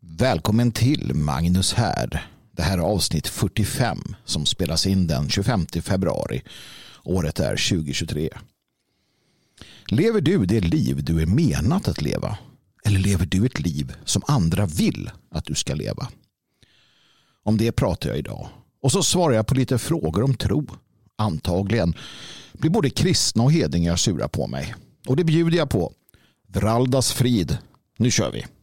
Välkommen till Magnus här. Det här är avsnitt 45 som spelas in den 25 februari. Året är 2023. Lever du det liv du är menat att leva? Eller lever du ett liv som andra vill att du ska leva? Om det pratar jag idag. Och så svarar jag på lite frågor om tro. Antagligen blir både kristna och hedningar sura på mig. Och det bjuder jag på. Vraldas frid. Nu kör vi.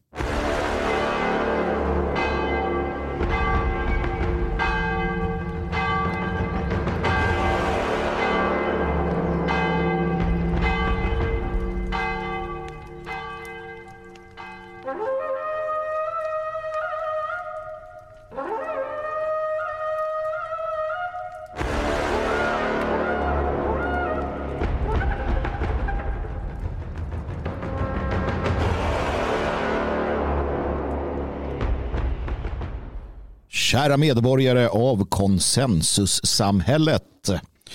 Kära medborgare av konsensussamhället.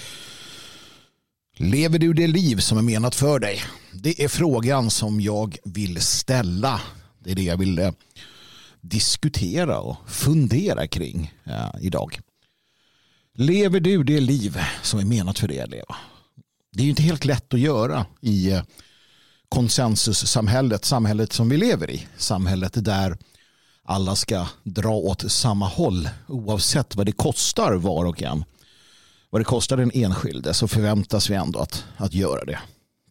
Lever du det liv som är menat för dig? Det är frågan som jag vill ställa. Det är det jag vill diskutera och fundera kring idag. Lever du det liv som är menat för dig att leva? Det är ju inte helt lätt att göra i konsensussamhället, samhället som vi lever i. Samhället där alla ska dra åt samma håll oavsett vad det kostar var och en. Vad det kostar den enskilde så förväntas vi ändå att göra det.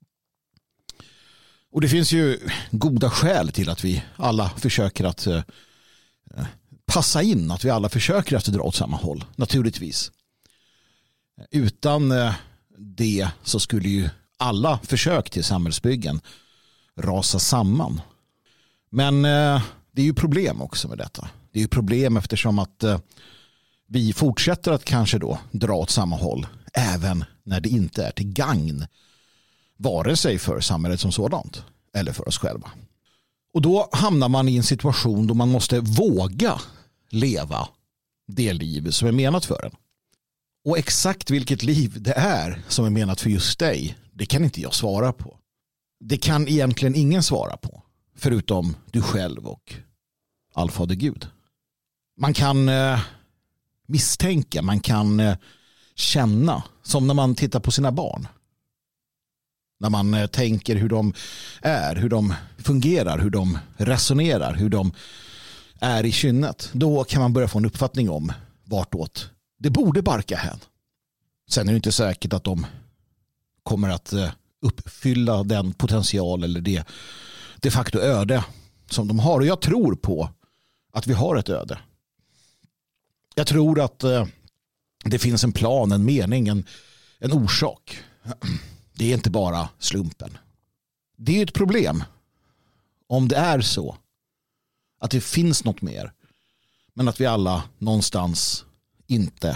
Och det finns ju goda skäl till att vi alla försöker att passa in. Att vi alla försöker att dra åt samma håll, naturligtvis. Utan det så skulle ju alla försök till samhällsbyggen rasa samman. Men det är ju problem också med detta. Det är ju problem eftersom att vi fortsätter att kanske då dra åt samma håll även när det inte är till gagn vare sig för samhället som sådant eller för oss själva. Och då hamnar man i en situation då man måste våga leva det liv som är menat för en. Och exakt vilket liv det är som är menat för just dig, det kan inte jag svara på. Det kan egentligen ingen svara på. Förutom du själv och allfader Gud. Man kan misstänka, man kan känna som när man tittar på sina barn. När man tänker hur de är, hur de fungerar, hur de resonerar, hur de är i kynnet. Då kan man börja få en uppfattning om vartåt det borde barka hän. Sen är det inte säkert att de kommer att uppfylla den potential eller det de facto öde som de har. Och jag tror på att vi har ett öde. Jag tror att det finns en plan, en mening, en orsak. Det är inte bara slumpen. Det är ett problem om det är så att det finns något mer men att vi alla någonstans inte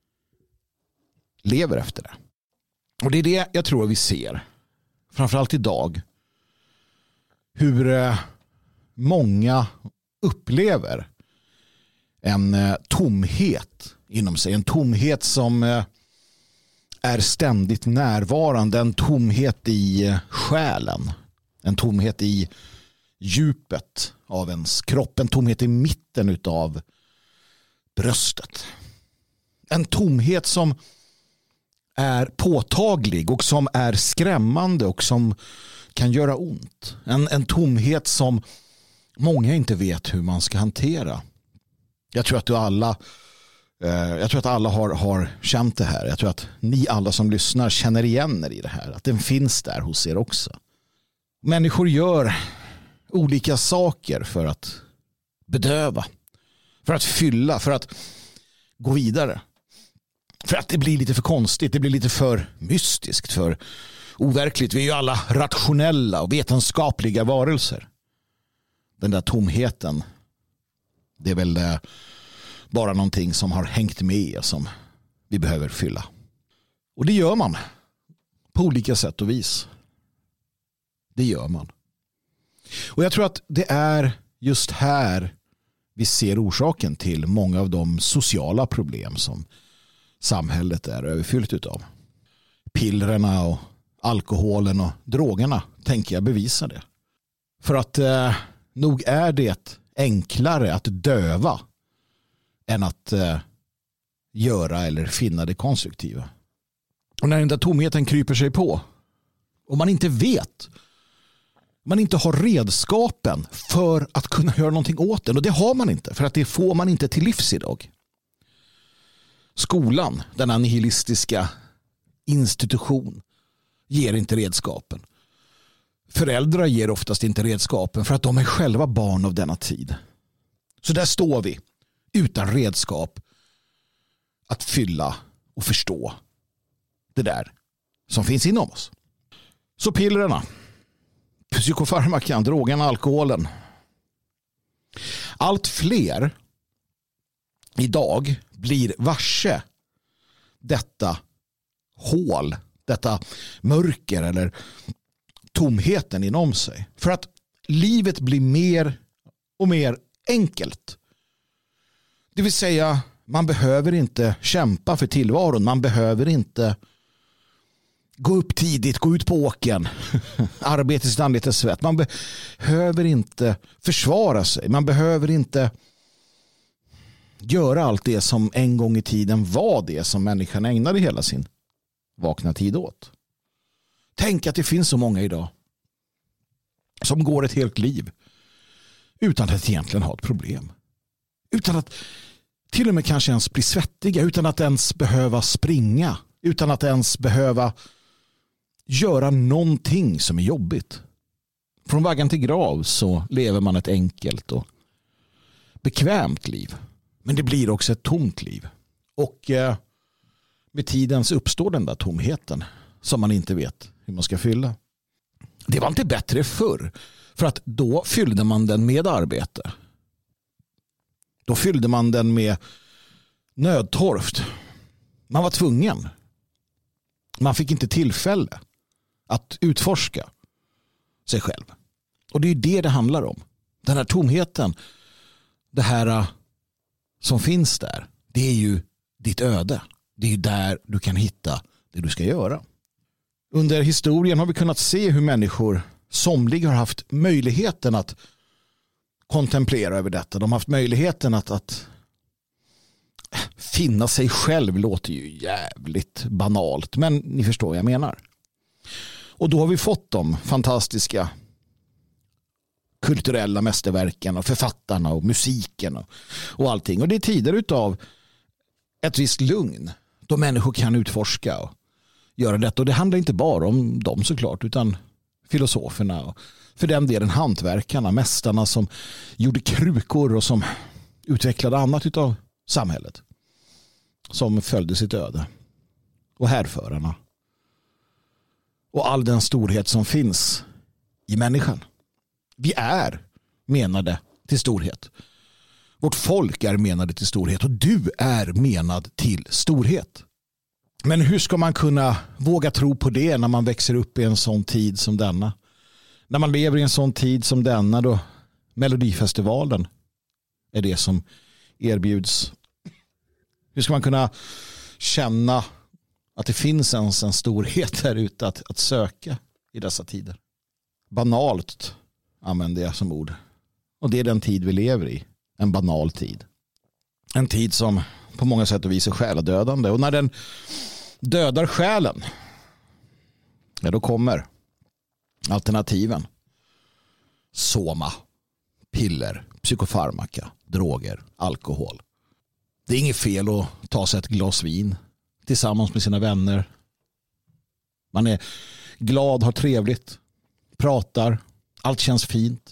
lever efter det. Och det är det jag tror vi ser. Framförallt idag. Hur många upplever en tomhet inom sig. En tomhet som är ständigt närvarande. En tomhet i själen. En tomhet i djupet av ens kropp. En tomhet i mitten av bröstet. En tomhet som är påtaglig och som är skrämmande och som kan göra ont. En tomhet som många inte vet hur man ska hantera. Jag tror att alla har känt det här. Jag tror att ni alla som lyssnar känner igen er i det här. Att den finns där hos er också. Människor gör olika saker för att bedöva. För att fylla. För att gå vidare. För att det blir lite för konstigt. Det blir lite för mystiskt. För overkligt. Vi är ju alla rationella och vetenskapliga varelser. Den där tomheten, det är väl bara någonting som har hängt med och som vi behöver fylla. Och det gör man på olika sätt och vis. Det gör man. Och jag tror att det är just här vi ser orsaken till många av de sociala problem som samhället är överfyllt utav. Pillrerna och alkoholen och drogerna tänker jag bevisa det. För att nog är det enklare att döva än att göra eller finna det konstruktiva. Och när den där tomheten kryper sig på och man inte vet, man inte har redskapen för att kunna göra någonting åt den, och det har man inte, för att det får man inte till livs idag. Skolan, denna nihilistiska institution, ger inte redskapen. Föräldrar ger oftast inte redskapen för att de är själva barn av denna tid. Så där står vi utan redskap att fylla och förstå det där som finns inom oss. Så pillerna, psykofarmakan, drogen, alkoholen. Allt fler idag blir varse detta hål, detta mörker eller tomheten inom sig. För att livet blir mer och mer enkelt. Det vill säga, man behöver inte kämpa för tillvaron. Man behöver inte gå upp tidigt, gå ut på åken, arbeta sitt anletes svett. Man behöver inte försvara sig. Man behöver inte göra allt det som en gång i tiden var det som människan ägnade hela sin vakna tid åt. Tänk att det finns så många idag som går ett helt liv utan att egentligen ha ett problem. Utan att till och med kanske ens bli svettiga, utan att ens behöva springa, utan att ens behöva göra någonting som är jobbigt. Från vaggan till grav så lever man ett enkelt och bekvämt liv. Men det blir också ett tomt liv. Och med tiden så uppstår den där tomheten som man inte vet hur man ska fylla. Det var inte bättre förr, för att då fyllde man den med arbete. Då fyllde man den med nödtorft. Man var tvungen. Man fick inte tillfälle att utforska sig själv. Och det är ju det handlar om. Den här tomheten, det här som finns där, det är ju ditt öde. Det är ju där du kan hitta det du ska göra. Under historien har vi kunnat se hur människor, somliga har haft möjligheten att kontemplera över detta. De har haft möjligheten att finna sig själv. Låter ju jävligt banalt, men ni förstår vad jag menar. Och då har vi fått de fantastiska kulturella mästerverken och författarna och musiken och allting. Och det är tider utav ett visst lugn då människor kan utforska och göra detta. Och det handlar inte bara om dem såklart, utan filosoferna och för den delen hantverkarna, mästarna som gjorde krukor och som utvecklade annat utav samhället som följde sitt öde. Och härförarna. Och all den storhet som finns i människan. Vi är menade till storhet. Vårt folk är menade till storhet och du är menad till storhet. Men hur ska man kunna våga tro på det när man växer upp i en sån tid som denna? När man lever i en sån tid som denna då Melodifestivalen är det som erbjuds. Hur ska man kunna känna att det finns en storhet där ute att söka i dessa tider? Banalt använder jag som ord. Och det är den tid vi lever i. En banal tid. En tid som på många sätt och vis är själadödande. Och när den dödar själen, ja, då kommer alternativen. Soma, piller, psykofarmaka, droger, alkohol. Det är inget fel att ta sig ett glas vin tillsammans med sina vänner. Man är glad, har trevligt, pratar, allt känns fint.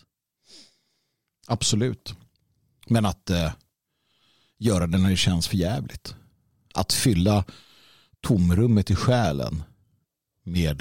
Absolut. Men att göra det när det känns för jävligt. Att fylla tomrummet i själen med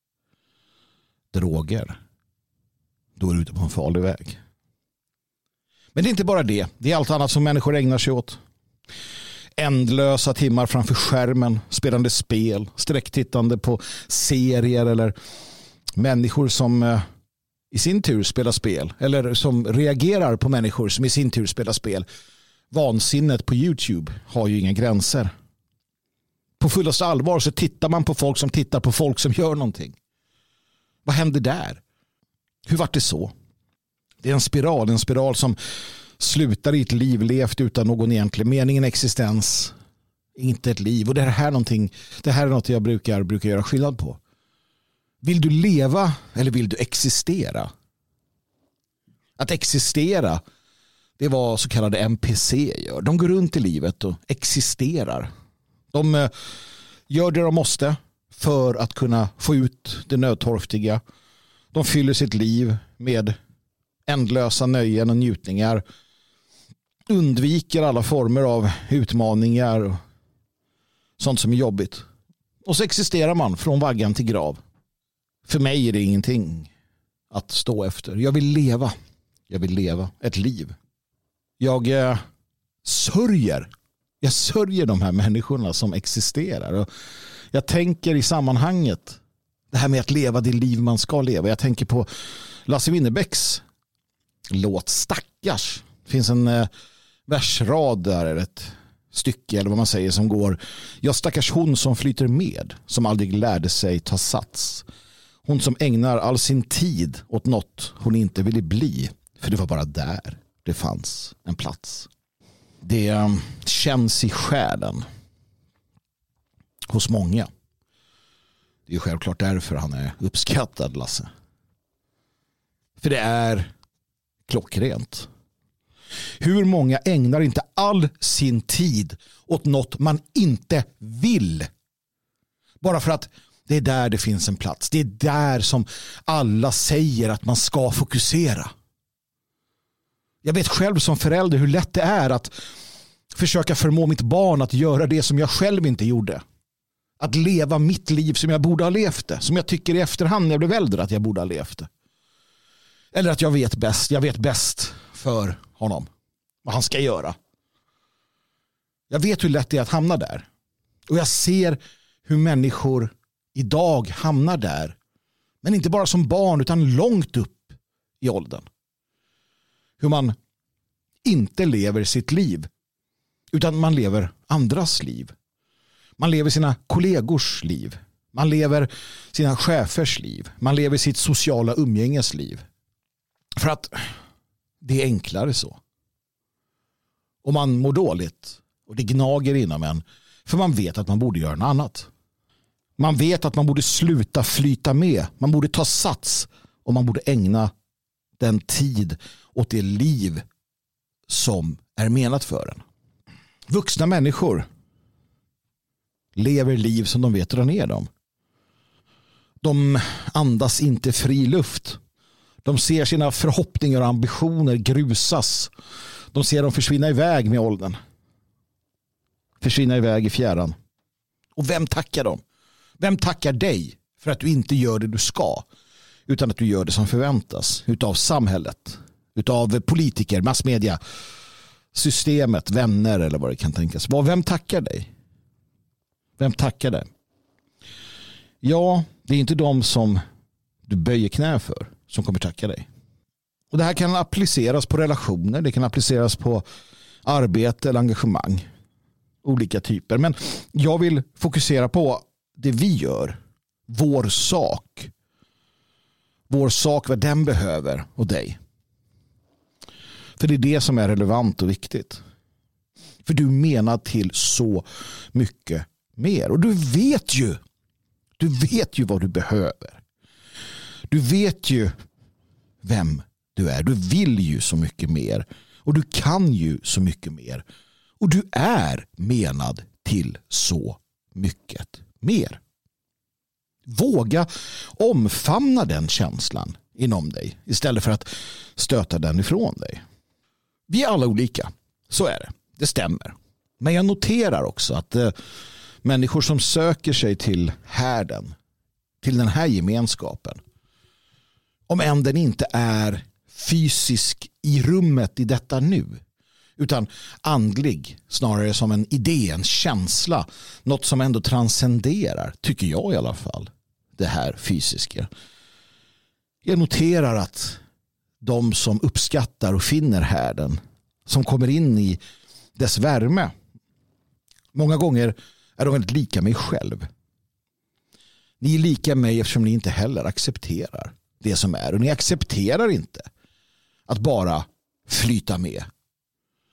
droger. Då är du ute på en farlig väg. Men det är inte bara det. Det är allt annat som människor ägnar sig åt. Ändlösa timmar framför skärmen, spelande spel, sträcktittande på serier eller människor som i sin tur spelar spel eller som reagerar på människor som i sin tur spelar spel. Vansinnet på YouTube har ju inga gränser. På fullaste allvar så tittar man på folk som tittar på folk som gör någonting. Vad händer där? Hur vart det så? Det är en spiral som slutar i ett liv levt utan någon egentlig mening, en existens, inte ett liv. Och det här är något jag brukar göra skillnad på. Vill du leva eller vill du existera? Att existera, det är vad så kallade NPC gör. De går runt i livet och existerar. De gör det de måste för att kunna få ut det nödtorftiga. De fyller sitt liv med ändlösa nöjen och njutningar. Undviker alla former av utmaningar och sånt som är jobbigt. Och så existerar man från vaggan till grav. För mig är det ingenting att stå efter. Jag vill leva ett liv. Jag sörjer de här människorna som existerar. Och jag tänker i sammanhanget det här med att leva det liv man ska leva. Jag tänker på Lasse Winnerbäcks låt Stackars. Det finns en versrad där, eller ett stycke eller vad man säger, som går: jag stackars hon som flyter med, som aldrig lärde sig ta sats. Hon som ägnar all sin tid åt något hon inte ville bli, för det var bara där det fanns en plats. Det känns i själen hos många. Det är självklart därför han är uppskattad, Lasse. För det är klockrent. Hur många ägnar inte all sin tid åt något man inte vill? Bara för att det är där det finns en plats. Det är där som alla säger att man ska fokusera. Jag vet själv som förälder hur lätt det är att försöka förmå mitt barn att göra det som jag själv inte gjorde. Att leva mitt liv som jag borde ha levt det. Som jag tycker i efterhand när jag blev äldre att jag borde ha levt det. Eller att jag vet bäst. Jag vet bäst för honom vad han ska göra. Jag vet hur lätt det är att hamna där. Och jag ser hur människor idag hamnar där. Men inte bara som barn utan långt upp i åldern. Hur man inte lever sitt liv utan man lever andras liv. Man lever sina kollegors liv. Man lever sina chefers liv. Man lever sitt sociala umgänges liv. För att det är enklare så. Och man mår dåligt. Och det gnager inom en. För man vet att man borde göra något annat. Man vet att man borde sluta flyta med. Man borde ta sats. Och man borde ägna den tid åt det liv som är menat för en. Vuxna människor lever liv som de vet dra ner dem. De andas inte fri luft. De ser sina förhoppningar och ambitioner grusas. De ser dem försvinna iväg med åldern. Försvinna iväg i fjärran. Och vem tackar dem? Vem tackar dig för att du inte gör det du ska, utan att du gör det som förväntas utav samhället, utav politiker, massmedia, systemet, vänner eller vad det kan tänkas. Vem tackar dig? Vem tackar dig? Ja, det är inte de som du böjer knä för som kommer tacka dig. Och det här kan appliceras på relationer, det kan appliceras på arbete eller engagemang. Olika typer. Men jag vill fokusera på det vi gör. Vår sak. Vår sak, vad den behöver och dig. För det är det som är relevant och viktigt. För du menar till så mycket mer. Och du vet ju vad du behöver. Du vet ju vem du är. Du vill ju så mycket mer. Och du kan ju så mycket mer. Och du är menad till så mycket mer. Våga omfamna den känslan inom dig istället för att stöta den ifrån dig. Vi är alla olika. Så är det. Det stämmer. Men jag noterar också att människor som söker sig till härden, till den här gemenskapen, om än den inte är fysisk i rummet i detta nu, utan andlig, snarare som en idé, en känsla, något som ändå transcenderar, tycker jag i alla fall, det här fysiska. Jag noterar att de som uppskattar och finner härden, som kommer in i dess värme, många gånger är de väldigt lika mig själv. Ni är lika mig eftersom ni inte heller accepterar det som är. Och ni accepterar inte att bara flyta med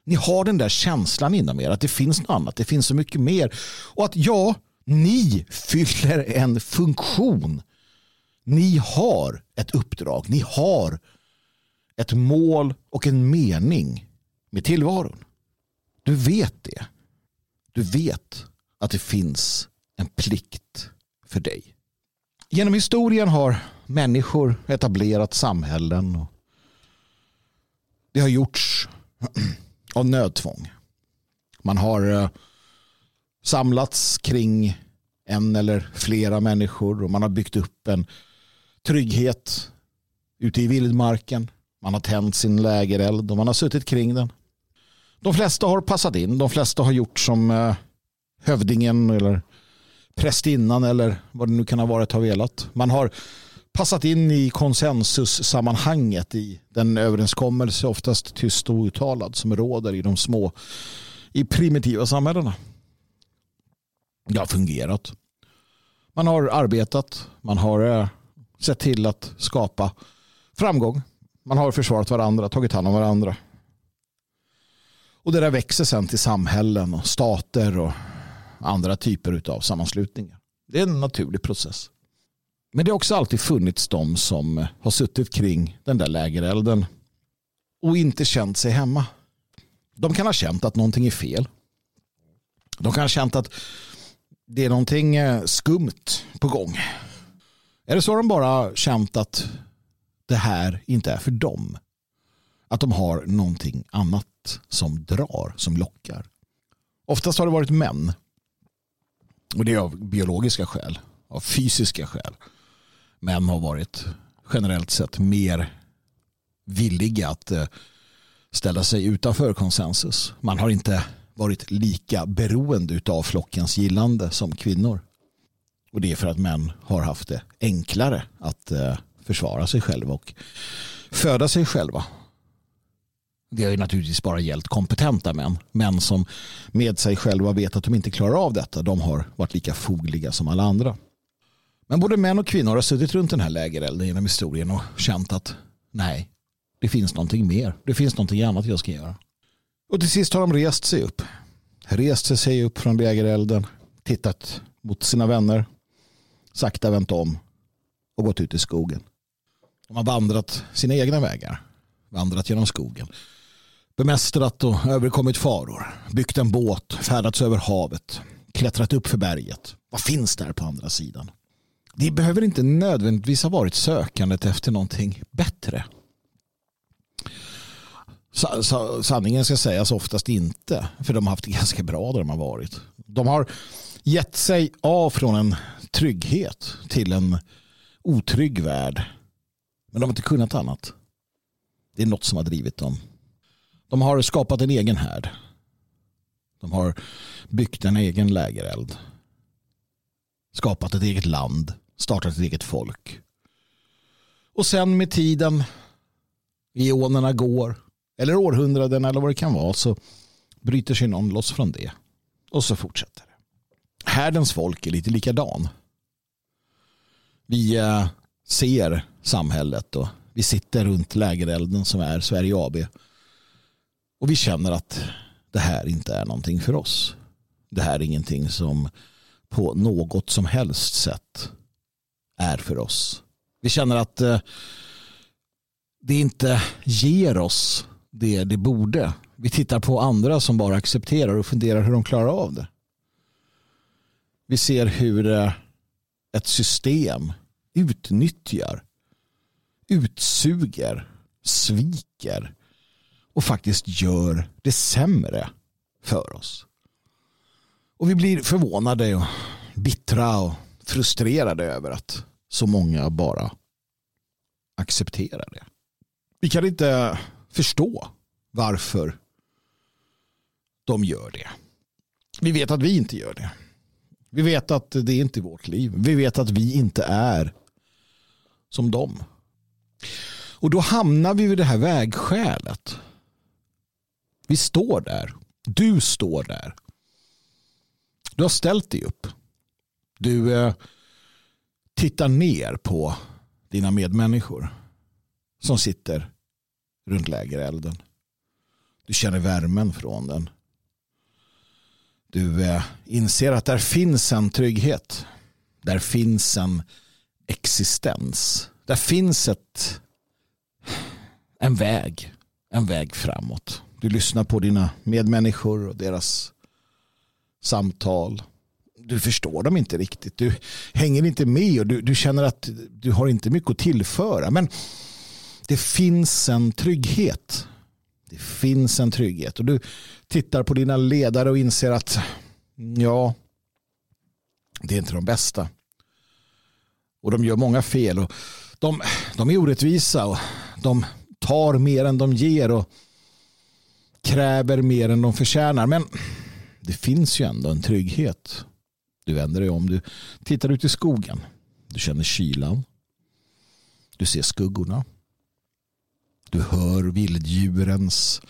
Ni har den där känslan inom er att det finns något annat, det finns så mycket mer. Och att ni fyller en funktion. Ni har ett uppdrag, ni har ett mål och en mening med tillvaron. Du vet det. Du vet att det finns en plikt för dig. Genom historien har människor etablerat samhällen och det har gjorts av nödtvång. Man har samlats kring en eller flera människor och man har byggt upp en trygghet ute i vildmarken. Man har tänt sin lägereld och man har suttit kring den. De flesta har passat in. De flesta har gjort som hövdingen eller prästinnan eller vad det nu kan ha varit har velat. Man har passat in i konsensussammanhanget i den överenskommelse, oftast tyst och uttalad, som råder i de små, i primitiva samhällena. Det har fungerat. Man har arbetat. Man har sett till att skapa framgång. Man har försvarat varandra, tagit hand om varandra. Och det där växer sen till samhällen och stater och andra typer av sammanslutningar. Det är en naturlig process. Men det har också alltid funnits de som har suttit kring den där lägerelden och inte känt sig hemma. De kan ha känt att någonting är fel. De kan ha känt att det är någonting skumt på gång. Är det så de bara känt att det här inte är för dem? Att de har någonting annat som drar, som lockar. Oftast har det varit män. Och det är av biologiska skäl, av fysiska skäl. Män har varit generellt sett mer villiga att ställa sig utanför konsensus. Man har inte varit lika beroende av flockens gillande som kvinnor. Och det är för att män har haft det enklare att försvara sig själva och föda sig själva. Det har ju naturligtvis bara gällt kompetenta män. Män som med sig själva vet att de inte klarar av detta. De har varit lika fogliga som alla andra. Men både män och kvinnor har suttit runt den här lägerelden genom historien och känt att nej, det finns någonting mer. Det finns någonting annat jag ska göra. Och till sist har de rest sig upp. Rest sig upp från lägerelden, tittat mot sina vänner, sakta vänt om och gått ut i skogen. De har vandrat sina egna vägar, vandrat genom skogen, bemästrat och överkommit faror, byggt en båt, färdats över havet, klättrat upp för berget. Vad finns där på andra sidan? De behöver inte nödvändigtvis ha varit sökandet efter någonting bättre. Sanningen ska sägas oftast inte, för de har haft det ganska bra där de har varit. De har gett sig av från en trygghet till en otrygg värld. Men de har inte kunnat annat. Det är något som har drivit dem. De har skapat en egen härd. De har byggt en egen lägereld. Skapat ett eget land. Startat ett eget folk. Och sen med tiden, eonerna går, eller århundraden eller vad det kan vara, så bryter sig någon loss från det. Och så fortsätter det. Härdens folk är lite likadan. Vi ser samhället och vi sitter runt lägerelden som är Sverige AB. Och vi känner att det här inte är någonting för oss. Det här är ingenting som på något som helst sätt är för oss. Vi känner att det inte ger oss det borde. Vi tittar på andra som bara accepterar och funderar hur de klarar av det. Vi ser hur ett system utnyttjar, utsuger, sviker och faktiskt gör det sämre för oss. Och vi blir förvånade och bittra och frustrerade över att så många bara accepterar det. Vi kan inte förstå varför de gör det. Vi vet att vi inte gör det. Vi vet att det är inte vårt liv. Vi vet att vi inte är som dem. Och då hamnar vi vid det här vägskälet. Vi står där. Du står där. Du har ställt dig upp. Du tittar ner på dina medmänniskor som sitter runt lägerelden. Du känner värmen från den. Du inser att där finns en trygghet. Där finns en existens. Där finns en väg. En väg framåt. Du lyssnar på dina medmänniskor och deras samtal. Du förstår dem inte riktigt. Du hänger inte med och du känner att du har inte mycket att tillföra. Men det finns en trygghet. Det finns en trygghet. Och du tittar på dina ledare och inser att ja, det är inte de bästa. Och de gör många fel. Och de är orättvisa och de tar mer än de ger och kräver mer än de förtjänar. Men det finns ju ändå en trygghet. Du vänder dig om. Du tittar ut i skogen. Du känner kylan. Du ser skuggorna. Du hör vilddjurens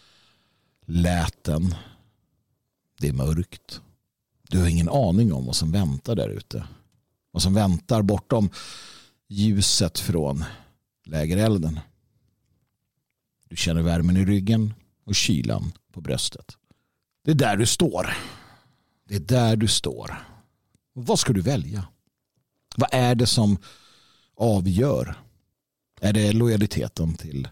läten. Det är mörkt. Du har ingen aning om vad som väntar där ute. Vad som väntar bortom ljuset från lägerelden. Du känner värmen i ryggen och kylan på bröstet. Det är där du står. Det är där du står. Vad ska du välja? Vad är det som avgör? Är det lojaliteten till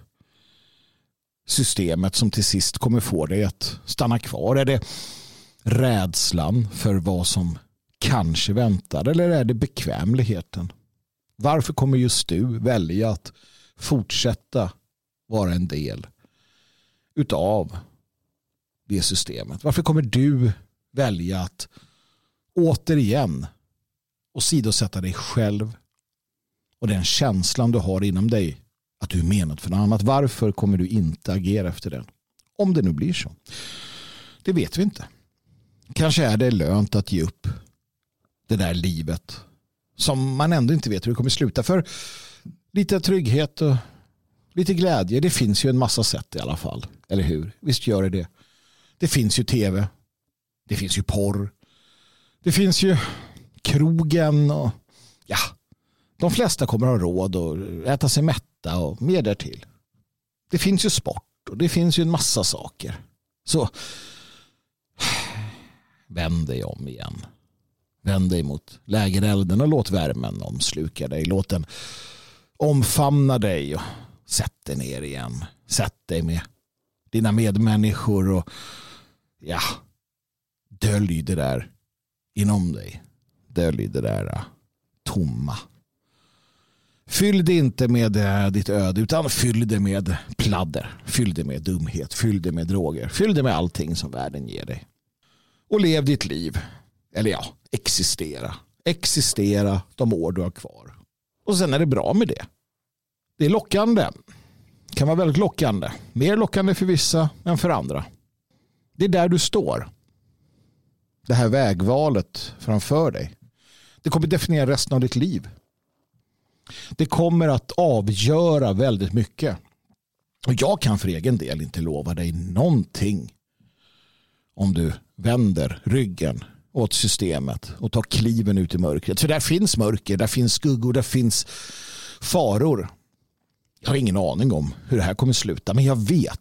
systemet som till sist kommer få dig att stanna kvar? Är det rädslan för vad som kanske väntar? Eller är det bekvämligheten? Varför kommer just du välja att fortsätta vara en del utav det systemet? Varför kommer du välja att återigen åsidosätta dig själv och den känslan du har inom dig att du är menad för något annat? Varför kommer du inte agera efter den? Om det nu blir så. Det vet vi inte. Kanske är det lönt att ge upp det där livet som man ändå inte vet hur det kommer sluta. För lite trygghet och lite glädje, det finns ju en massa sätt i alla fall. Eller hur? Visst gör det. Det finns ju tv. Det finns ju porr. Det finns ju krogen och ja, de flesta kommer ha råd att äta sig mätta och mer därtill. Det finns ju sport och det finns ju en massa saker. Så vänd dig om igen. Vänd dig mot lägerelden och låt värmen omsluka dig. Låt den omfamna dig och sätt dig ner igen. Sätt dig med dina medmänniskor och ja, dölj det där inom dig. Dölj det där tomma. Fyll det inte med ditt öde utan fyll det med pladder. Fyll det med dumhet. Fyll det med droger. Fyll det med allting som världen ger dig. Och lev ditt liv. Eller ja, existera. Existera de år du har kvar. Och sen är det bra med det. Det är lockande. Det kan vara väldigt lockande. Mer lockande för vissa än för andra. Det är där du står. Det här vägvalet framför dig. Det kommer definiera resten av ditt liv. Det kommer att avgöra väldigt mycket. Och jag kan för egen del inte lova dig någonting om du vänder ryggen åt systemet och tar kliven ut i mörkret. För där finns mörker, där finns skuggor, där finns faror. Jag har ingen aning om hur det här kommer sluta, men jag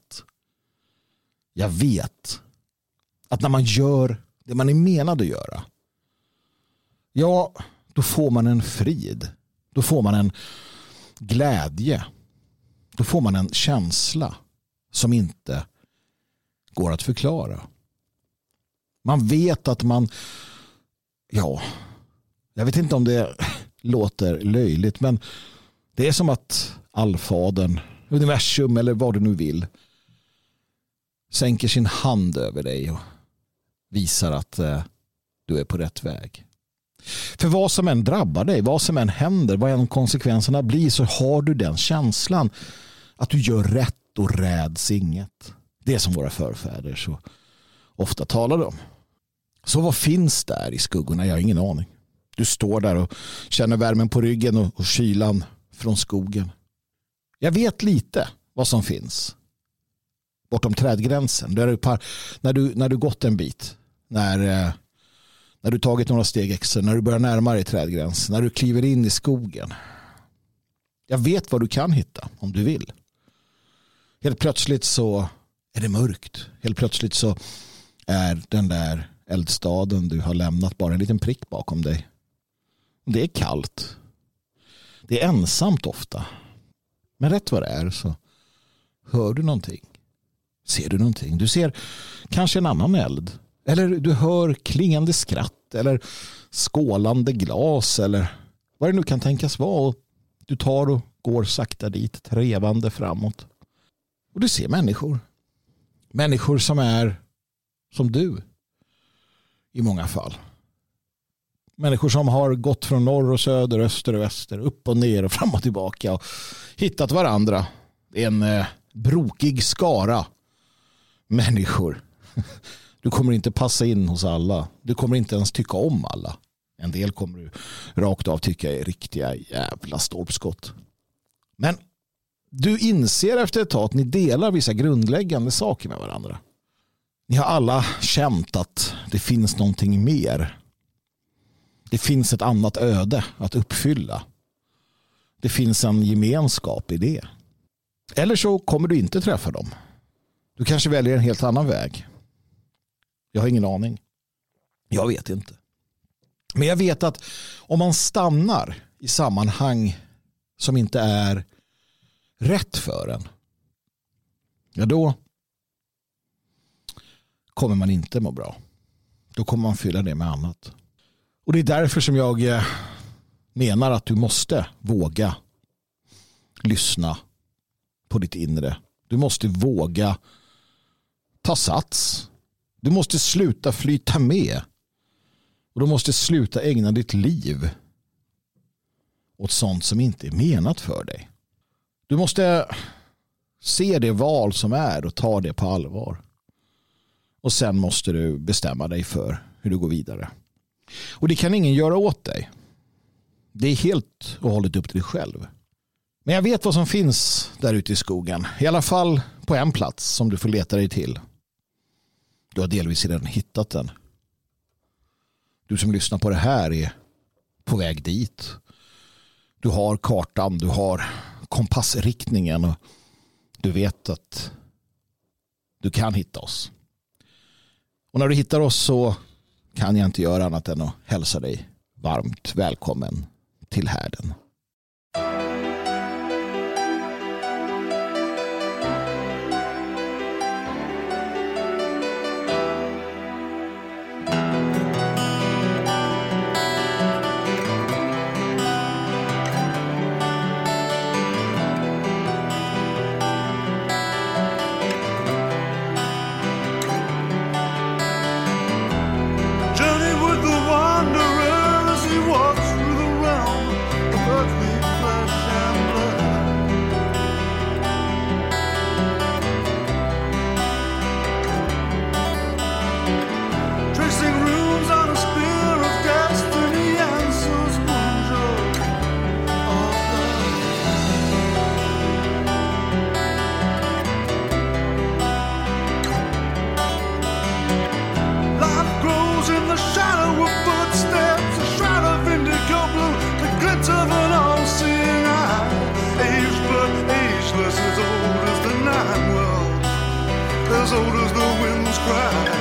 vet att när man gör det man är menad att göra, ja, då får man en frid. Då får man en glädje. Då får man en känsla som inte går att förklara. Man vet att man, ja, jag vet inte om det låter löjligt, men det är som att allfadern, universum eller vad du nu vill, sänker sin hand över dig och visar att du är på rätt väg. För vad som än drabbar dig, vad som än händer, vad än konsekvenserna blir, så har du den känslan att du gör rätt och räds inget. Det som våra förfäder så ofta talade om. Så vad finns där i skuggorna? Jag har ingen aning. Du står där och känner värmen på ryggen och kylan från skogen. Jag vet lite vad som finns bortom trädgränsen. När du gått en bit, när du tagit några steg extra, när du börjar närma dig trädgränsen, när du kliver in i skogen. Jag vet vad du kan hitta om du vill. Helt plötsligt så är det mörkt. Helt plötsligt så är den där eldstaden du har lämnat bara en liten prick bakom dig. Det är kallt. Det är ensamt ofta. Men rätt vad det är så hör du någonting. Ser du någonting? Du ser kanske en annan eld. Eller du hör klingande skratt. Eller skålande glas. Eller vad det nu kan tänkas vara. Du tar och går sakta dit, trevande framåt. Och du ser människor. Människor som är som du. I många fall. Människor som har gått från norr och söder, öster och väster, upp och ner och fram och tillbaka och hittat varandra. Det är en brokig skara människor. Du kommer inte passa in hos alla. Du kommer inte ens tycka om alla. En del kommer du rakt av tycka är riktiga jävla stolpskott. Men du inser efter ett tag att ni delar vissa grundläggande saker med varandra. Ni har alla känt att det finns någonting mer. Det finns ett annat öde att uppfylla. Det finns en gemenskap i det. Eller så kommer du inte träffa dem. Du kanske väljer en helt annan väg. Jag har ingen aning. Jag vet inte. Men jag vet att om man stannar i sammanhang som inte är rätt för en, ja då kommer man inte må bra. Då kommer man fylla det med annat. Och det är därför som jag menar att du måste våga lyssna på ditt inre. Du måste våga ta sats. Du måste sluta flyta med. Och du måste sluta ägna ditt liv åt sånt som inte är menat för dig. Du måste se det val som är och ta det på allvar. Och sen måste du bestämma dig för hur du går vidare. Och det kan ingen göra åt dig. Det är helt och hållet upp till dig själv. Men jag vet vad som finns där ute i skogen. I alla fall på en plats som du får leta dig till. Du har delvis redan hittat den. Du som lyssnar på det här är på väg dit. Du har kartan, du har kompassriktningen och du vet att du kan hitta oss. Och när du hittar oss så kan jag inte göra annat än att hälsa dig varmt välkommen till härden. As old as the winds cry.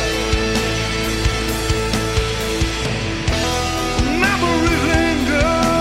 Memories linger.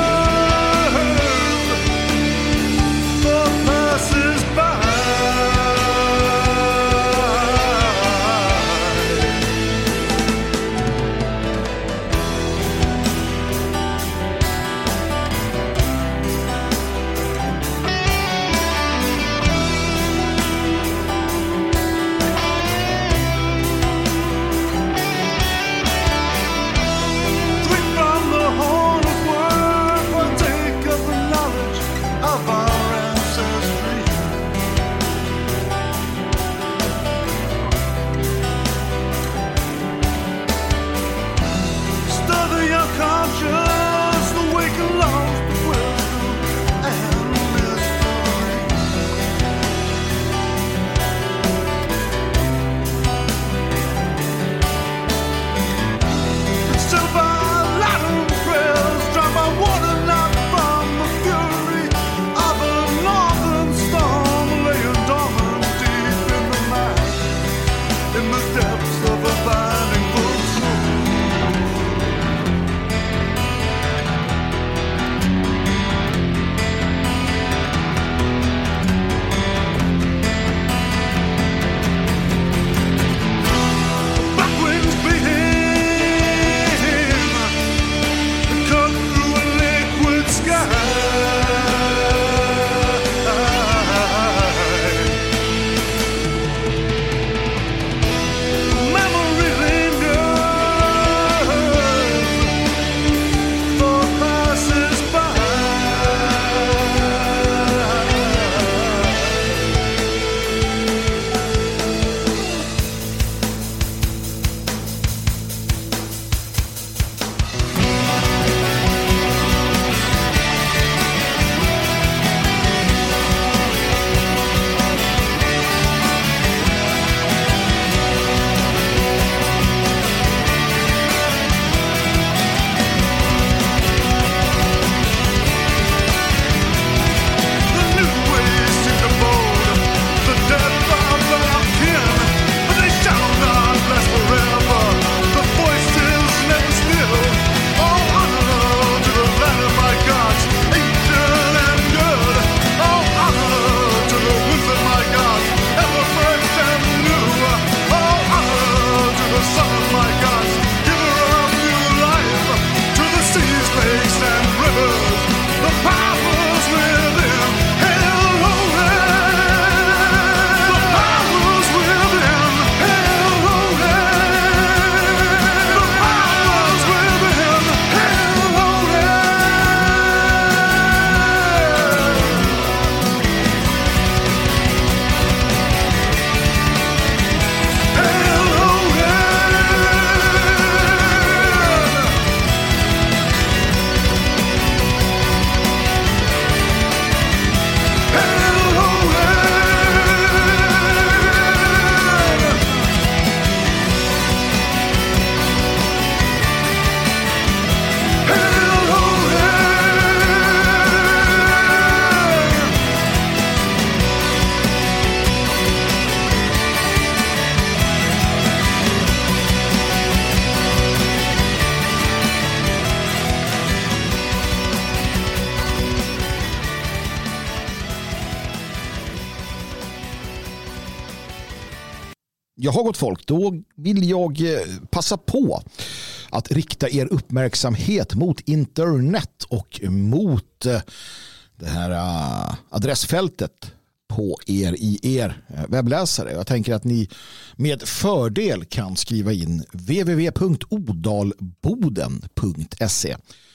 Jag har gott folk, då vill jag passa på att rikta er uppmärksamhet mot internet och mot det här adressfältet på er webbläsare. Jag tänker att ni med fördel kan skriva in www.odalboden.se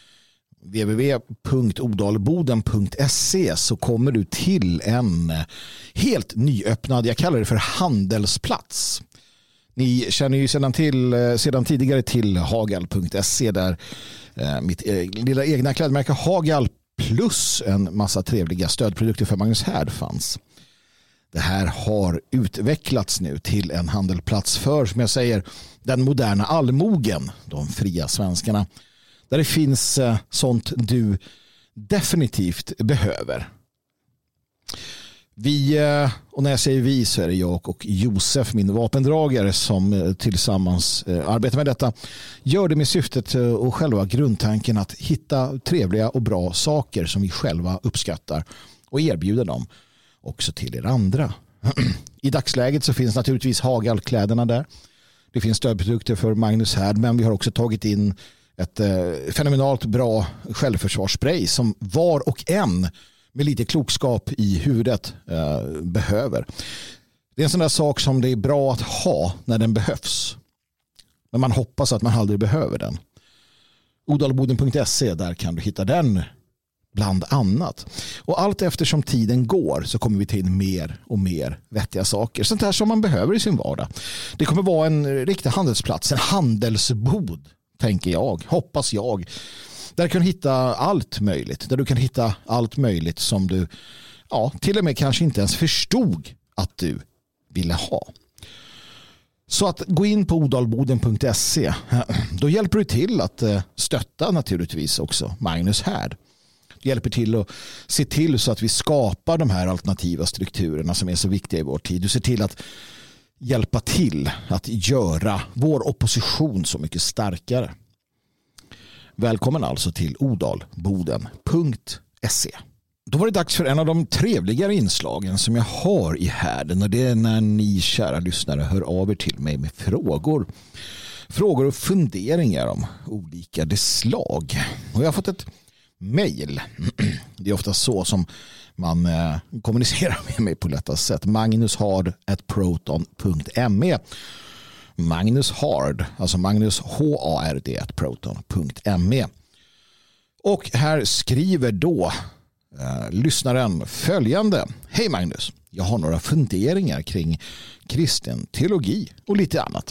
www.odalboden.se, så kommer du till en helt nyöppnad, jag kallar det för handelsplats. Ni känner ju sedan tidigare till hagal.se, där mitt lilla egna klädmärke Hagal plus en massa trevliga stödprodukter för Magnus Härd fanns. Det här har utvecklats nu till en handelplats för, som jag säger, den moderna allmogen, de fria svenskarna, där det finns sånt du definitivt behöver. Vi, och när jag säger vi så är det jag och Josef, min vapendragare, som tillsammans arbetar med detta. Gör det med syftet och själva grundtanken att hitta trevliga och bra saker som vi själva uppskattar och erbjuda dem också till er andra. I dagsläget så finns naturligtvis Hagal-kläderna där. Det finns stödprodukter för Magnus Härd, men vi har också tagit in ett fenomenalt bra självförsvarsspray som var och en med lite klokskap i huvudet behöver. Det är en sån där sak som det är bra att ha när den behövs. Men man hoppas att man aldrig behöver den. Odalboden.se, där kan du hitta den bland annat. Och allt eftersom tiden går så kommer vi till mer och mer vettiga saker. Sånt här som man behöver i sin vardag. Det kommer vara en riktig handelsplats, en handelsbod, tänker jag, hoppas jag. Där du kan hitta allt möjligt. Där du kan hitta allt möjligt som du till och med kanske inte ens förstod att du ville ha. Så att gå in på odalboden.se. Då hjälper du till att stötta naturligtvis också Magnus Härd. Du hjälper till att se till så att vi skapar de här alternativa strukturerna som är så viktiga i vår tid. Du ser till att hjälpa till att göra vår opposition så mycket starkare. Välkommen alltså till odalboden.se. Då var det dags för en av de trevligare inslagen som jag har i härden, och det är när ni kära lyssnare hör av er till mig med frågor och funderingar om olika slag. Och jag har fått ett mejl. Det är ofta så som man kommunicerar med mig på lättast sätt. magnushard@proton.me. Magnus Hard, alltså Magnus HARD@proton.me. Och här skriver då lyssnaren följande: Hej Magnus, jag har några funderingar kring kristen teologi och lite annat.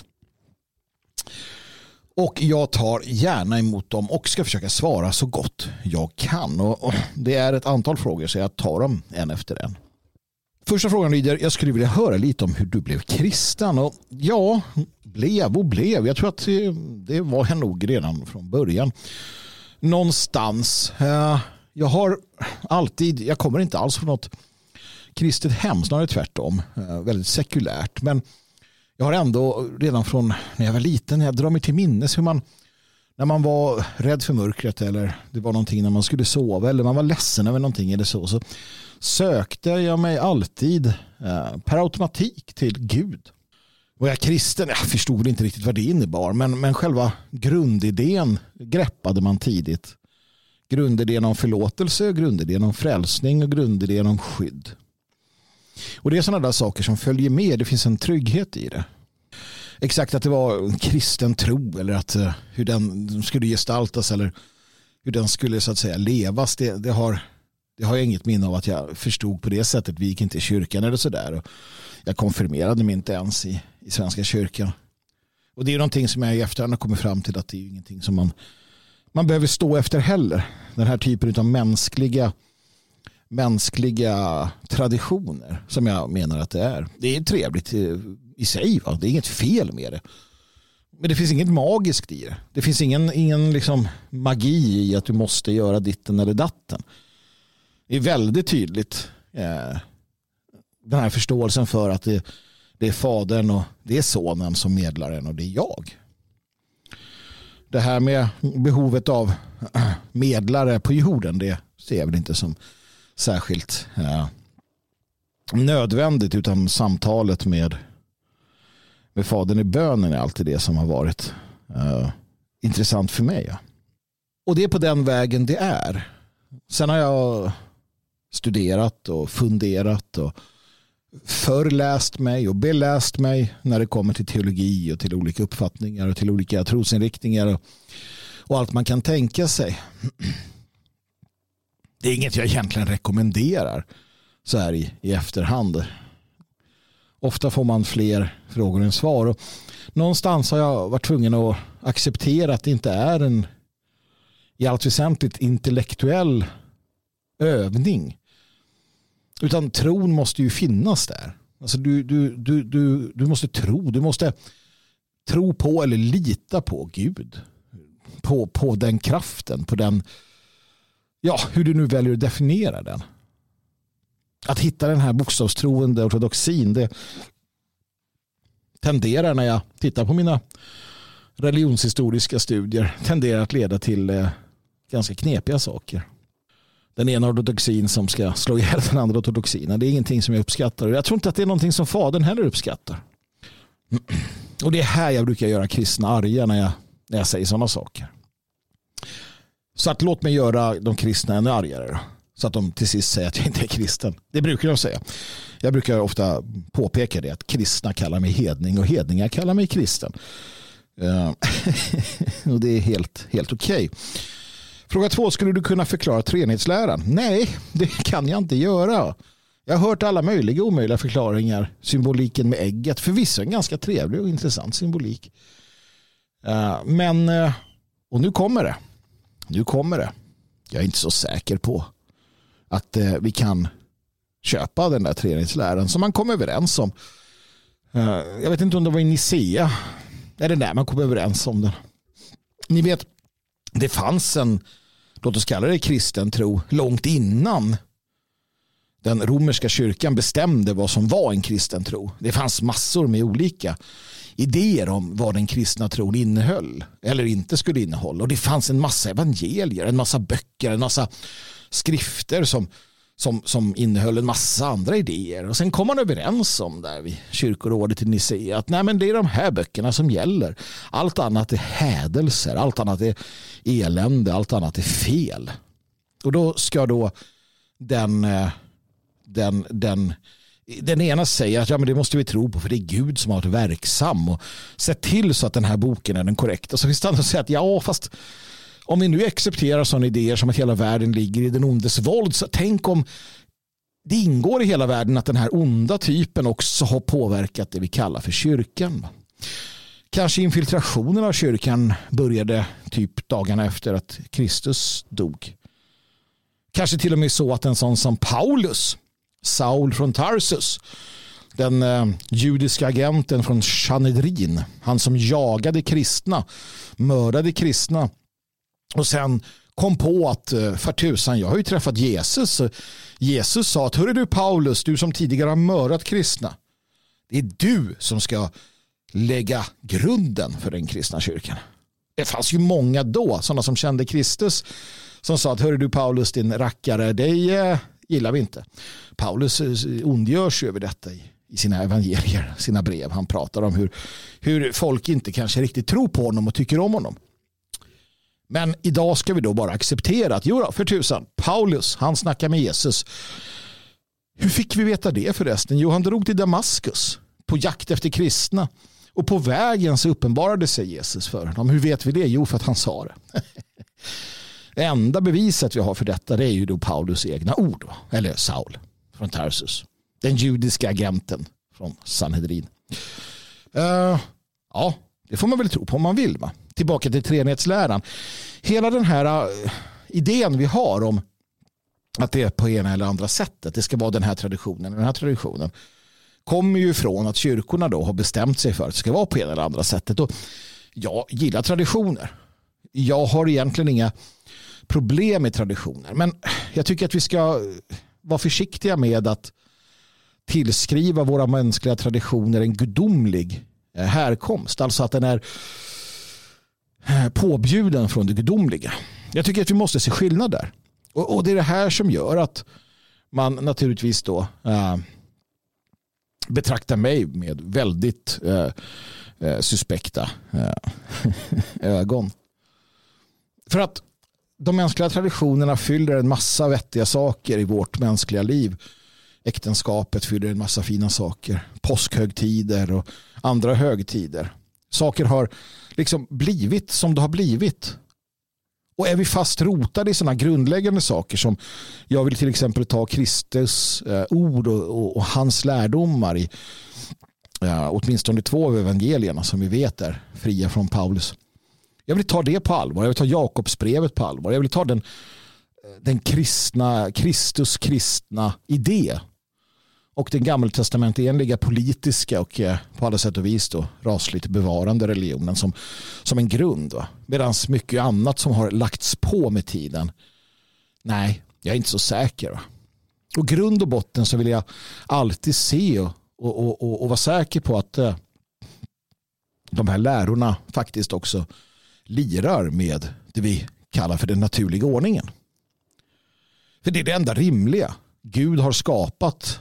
Och jag tar gärna emot dem och ska försöka svara så gott jag kan. Och det är ett antal frågor, så jag tar dem en efter en. Första frågan lyder: jag skulle vilja höra lite om hur du blev kristen. Och ja, blev. Jag tror att det var jag nog redan från början. Någonstans. Jag kommer inte alls från något kristet hem, snarare tvärtom. Väldigt sekulärt. Men jag har ändå redan från när jag var liten, jag drar mig till minnes hur man, när man var rädd för mörkret, eller det var någonting när man skulle sova, eller man var ledsen över någonting eller så sökte jag mig alltid per automatik till Gud. Var jag kristen? Jag förstod inte riktigt vad det innebar, men själva grundidén greppade man tidigt. Grundidén om förlåtelse, grundidén om frälsning och grundidén om skydd. Och det är sådana där saker som följer med. Det finns en trygghet i det. Exakt att det var en kristen tro, eller att hur den skulle gestaltas, eller hur den skulle så att säga levas, det har jag inget minne av att jag förstod på det sättet. Vi gick inte i kyrkan eller sådär. Och jag konfirmerade mig inte ens i Svenska kyrkan. Och det är någonting som jag i efterhand har kommit fram till att det är ingenting som man behöver stå efter heller. Den här typen av mänskliga traditioner som jag menar att det är. Det är trevligt i sig, va? Det är inget fel med det. Men det finns inget magiskt i det. Det finns ingen liksom magi i att du måste göra ditten eller datten. Det är väldigt tydligt den här förståelsen för att det är fadern och det är sonen som medlaren, och det är jag. Det här med behovet av medlare på jorden, det ser jag väl inte som särskilt nödvändigt, utan samtalet med med Fadern i bönen är alltid det som har varit intressant för mig. Ja. Och det är på den vägen det är. Sen har jag studerat och funderat och förläst mig och beläst mig när det kommer till teologi och till olika uppfattningar och till olika trosinriktningar och allt man kan tänka sig. Det är inget jag egentligen rekommenderar så här i efterhand. Ofta får man fler frågor än svar. Och någonstans har jag varit tvungen att acceptera att det inte är en i allt väsentligt intellektuell övning. Utan tron måste ju finnas där. Alltså du måste tro. Du måste tro på eller lita på Gud. På den kraften. På den, ja, hur du nu väljer att definiera den. Att hitta den här bokstavstroende ortodoxin, det tenderar när jag tittar på mina religionshistoriska studier, tenderar att leda till ganska knepiga saker. Den ena ortodoxin som ska slå ihjäl den andra ortodoxin. Det är ingenting som jag uppskattar. Jag tror inte att det är någonting som Fadern heller uppskattar. Och det är här jag brukar göra kristna arga när jag säger sådana saker. Så att låt mig göra de kristna ännu argare då. Så att de till sist säger att jag inte är kristen. Det brukar de säga. Jag brukar ofta påpeka det att kristna kallar mig hedning och hedningar kallar mig kristen. Och det är helt okej. Fråga 2. Skulle du kunna förklara treenighetsläran? Nej, det kan jag inte göra. Jag har hört alla möjliga och omöjliga förklaringar. Symboliken med ägget. Förvisso en ganska trevlig och intressant symbolik. Men, och nu kommer det. Jag är inte så säker på att vi kan köpa den där treenighetsläran som man kom överens om. Jag vet inte om det var i Nicea. Är det där man kom överens om den? Ni vet, det fanns en, låt oss kalla det kristen tro, långt innan den romerska kyrkan bestämde vad som var en kristen tro. Det fanns massor med olika idéer om vad den kristna tron innehöll eller inte skulle innehålla. Och det fanns en massa evangelier, en massa böcker, en massa skrifter som innehöll en massa andra idéer. Och sen kom man överens om där vid kyrkorådet i Nicea att nej, men det är de här böckerna som gäller. Allt annat är hädelser, allt annat är elände, allt annat är fel. Och då ska då den ena säger att ja, men det måste vi tro på för det är Gud som har varit verksam och sett till så att den här boken är den korrekta. Så finns det andra som säger att ja, fast om vi nu accepterar sådana idéer som att hela världen ligger i den ondes våld, så tänk om det ingår i hela världen att den här onda typen också har påverkat det vi kallar för kyrkan. Kanske infiltrationen av kyrkan började typ dagarna efter att Kristus dog. Kanske till och med så att en sån som Paulus, Saul från Tarsus, den judiska agenten från Sanhedrin, han som jagade kristna, mördade kristna och sen kom på att för tusan, jag har ju träffat Jesus. Jesus sa att hörru du Paulus, du som tidigare har mördat kristna, det är du som ska lägga grunden för den kristna kyrkan. Det fanns ju många då, sådana som kände Kristus, som sa att hörru du Paulus, din rackare, det gillar vi inte. Paulus ondgörs över detta i sina evangelier, sina brev. Han pratar om hur folk inte kanske riktigt tror på honom och tycker om honom. Men idag ska vi då bara acceptera att jo då, för tusan, Paulus, han snackar med Jesus. Hur fick vi veta det förresten? Jo, han drog till Damaskus på jakt efter kristna. Och på vägen så uppenbarade sig Jesus för honom. Hur vet vi det? Jo, för att han sa det. Det enda beviset vi har för detta, det är ju då Paulus egna ord. Då. Eller Saul från Tarsus. Den judiska agenten från Sanhedrin. Ja, det får man väl tro på om man vill. Va? Tillbaka till treenighetsläran. Hela den här idén vi har om att det är på ena eller andra sättet. Det ska vara den här traditionen. Kommer ju från att kyrkorna då har bestämt sig för att det ska vara på ena eller andra sättet. Och jag gillar traditioner. Jag har egentligen inga problem med traditioner. Men jag tycker att vi ska vara försiktiga med att tillskriva våra mänskliga traditioner en gudomlig härkomst. Alltså att den är påbjuden från det gudomliga. Jag tycker att vi måste se skillnad där. Och det är det här som gör att man naturligtvis då betraktar mig med väldigt suspekta ögon. För att de mänskliga traditionerna fyller en massa vettiga saker i vårt mänskliga liv. Äktenskapet fyller en massa fina saker. Påskhögtider och andra högtider. Saker har liksom blivit som det har blivit. Och är vi fast rotade i sådana grundläggande saker som jag vill till exempel ta Kristus ord och hans lärdomar i åtminstone 2 av evangelierna som vi vet är fria från Paulus. Jag vill ta det på allvar. Jag vill ta Jakobsbrevet på allvar. Jag vill ta den Kristus kristna idé och den gammaltestamentenliga politiska och på alla sätt och vis då rasligt bevarande religionen som en grund. Medan mycket annat som har lagts på med tiden. Nej, jag är inte så säker. Och grund och botten så vill jag alltid se och vara säker på att de här lärorna faktiskt också lirar med det vi kallar för den naturliga ordningen. För det är det enda rimliga. Gud har skapat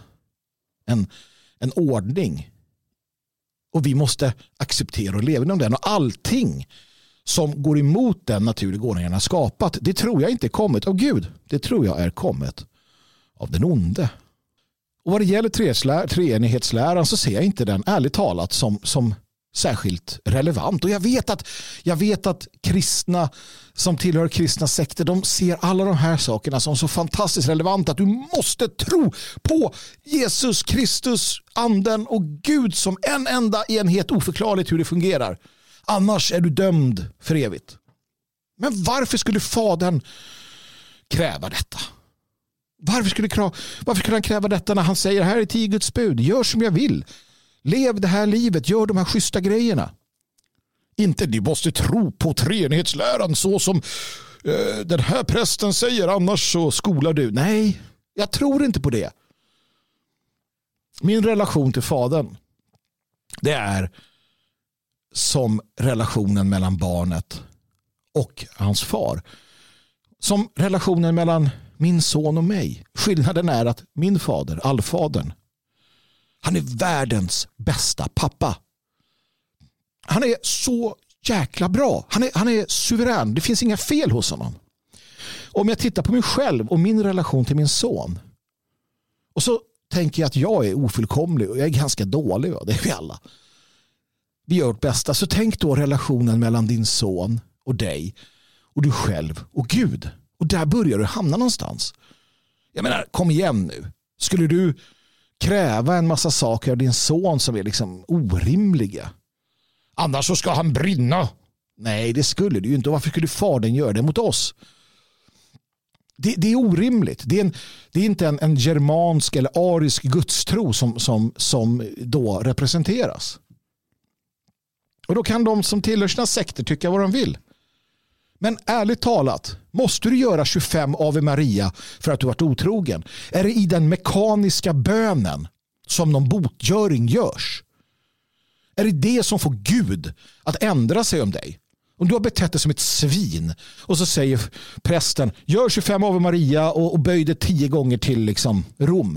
en ordning och vi måste acceptera och leva inom den. Och allting som går emot den naturliga ordningen han har skapat, det tror jag inte är kommit av Gud. Det tror jag är kommit av den onde. Och vad det gäller treenighetsläran så ser jag inte den ärligt talat som särskilt relevant. Och jag vet att kristna som tillhör kristna sekter, de ser alla de här sakerna som så fantastiskt relevanta att du måste tro på Jesus Kristus, anden och Gud som en enda enhet, oförklarligt hur det fungerar. Annars är du dömd för evigt. Men varför skulle Fadern kräva detta? Varför skulle han kräva detta när han säger här är 10 Guds bud, gör som jag vill. Lev det här livet, gör de här schyssta grejerna. Inte du måste tro på treenighetsläran så som den här prästen säger, annars så skolar du. Nej, jag tror inte på det. Min relation till Fadern, det är som relationen mellan barnet och hans far. Som relationen mellan min son och mig. Skillnaden är att min fader, allfadern, han är världens bästa pappa. Han är så jäkla bra. Han är suverän. Det finns inga fel hos honom. Om jag tittar på mig själv och min relation till min son och så tänker jag att jag är ofullkomlig och jag är ganska dålig. Det är vi alla. Vi gör vårt bästa. Så tänk då relationen mellan din son och dig och du själv och Gud. Och där börjar du hamna någonstans. Jag menar, kom igen nu. Skulle du kräva en massa saker av din son som är liksom orimliga? Annars så ska han brinna. Nej, det skulle du ju inte. Varför skulle fadern göra det mot oss? Det är orimligt. Det är inte en germansk eller arisk gudstro som då representeras. Och då kan de som tillhör sina sekter tycka vad de vill. Men ärligt talat, måste du göra 25 Ave Maria för att du varit otrogen? Är det i den mekaniska bönen som någon botgöring görs? Är det som får Gud att ändra sig om dig? Om du har betett dig som ett svin och så säger prästen, gör 25 Ave Maria och böj det 10 gånger till liksom Rom.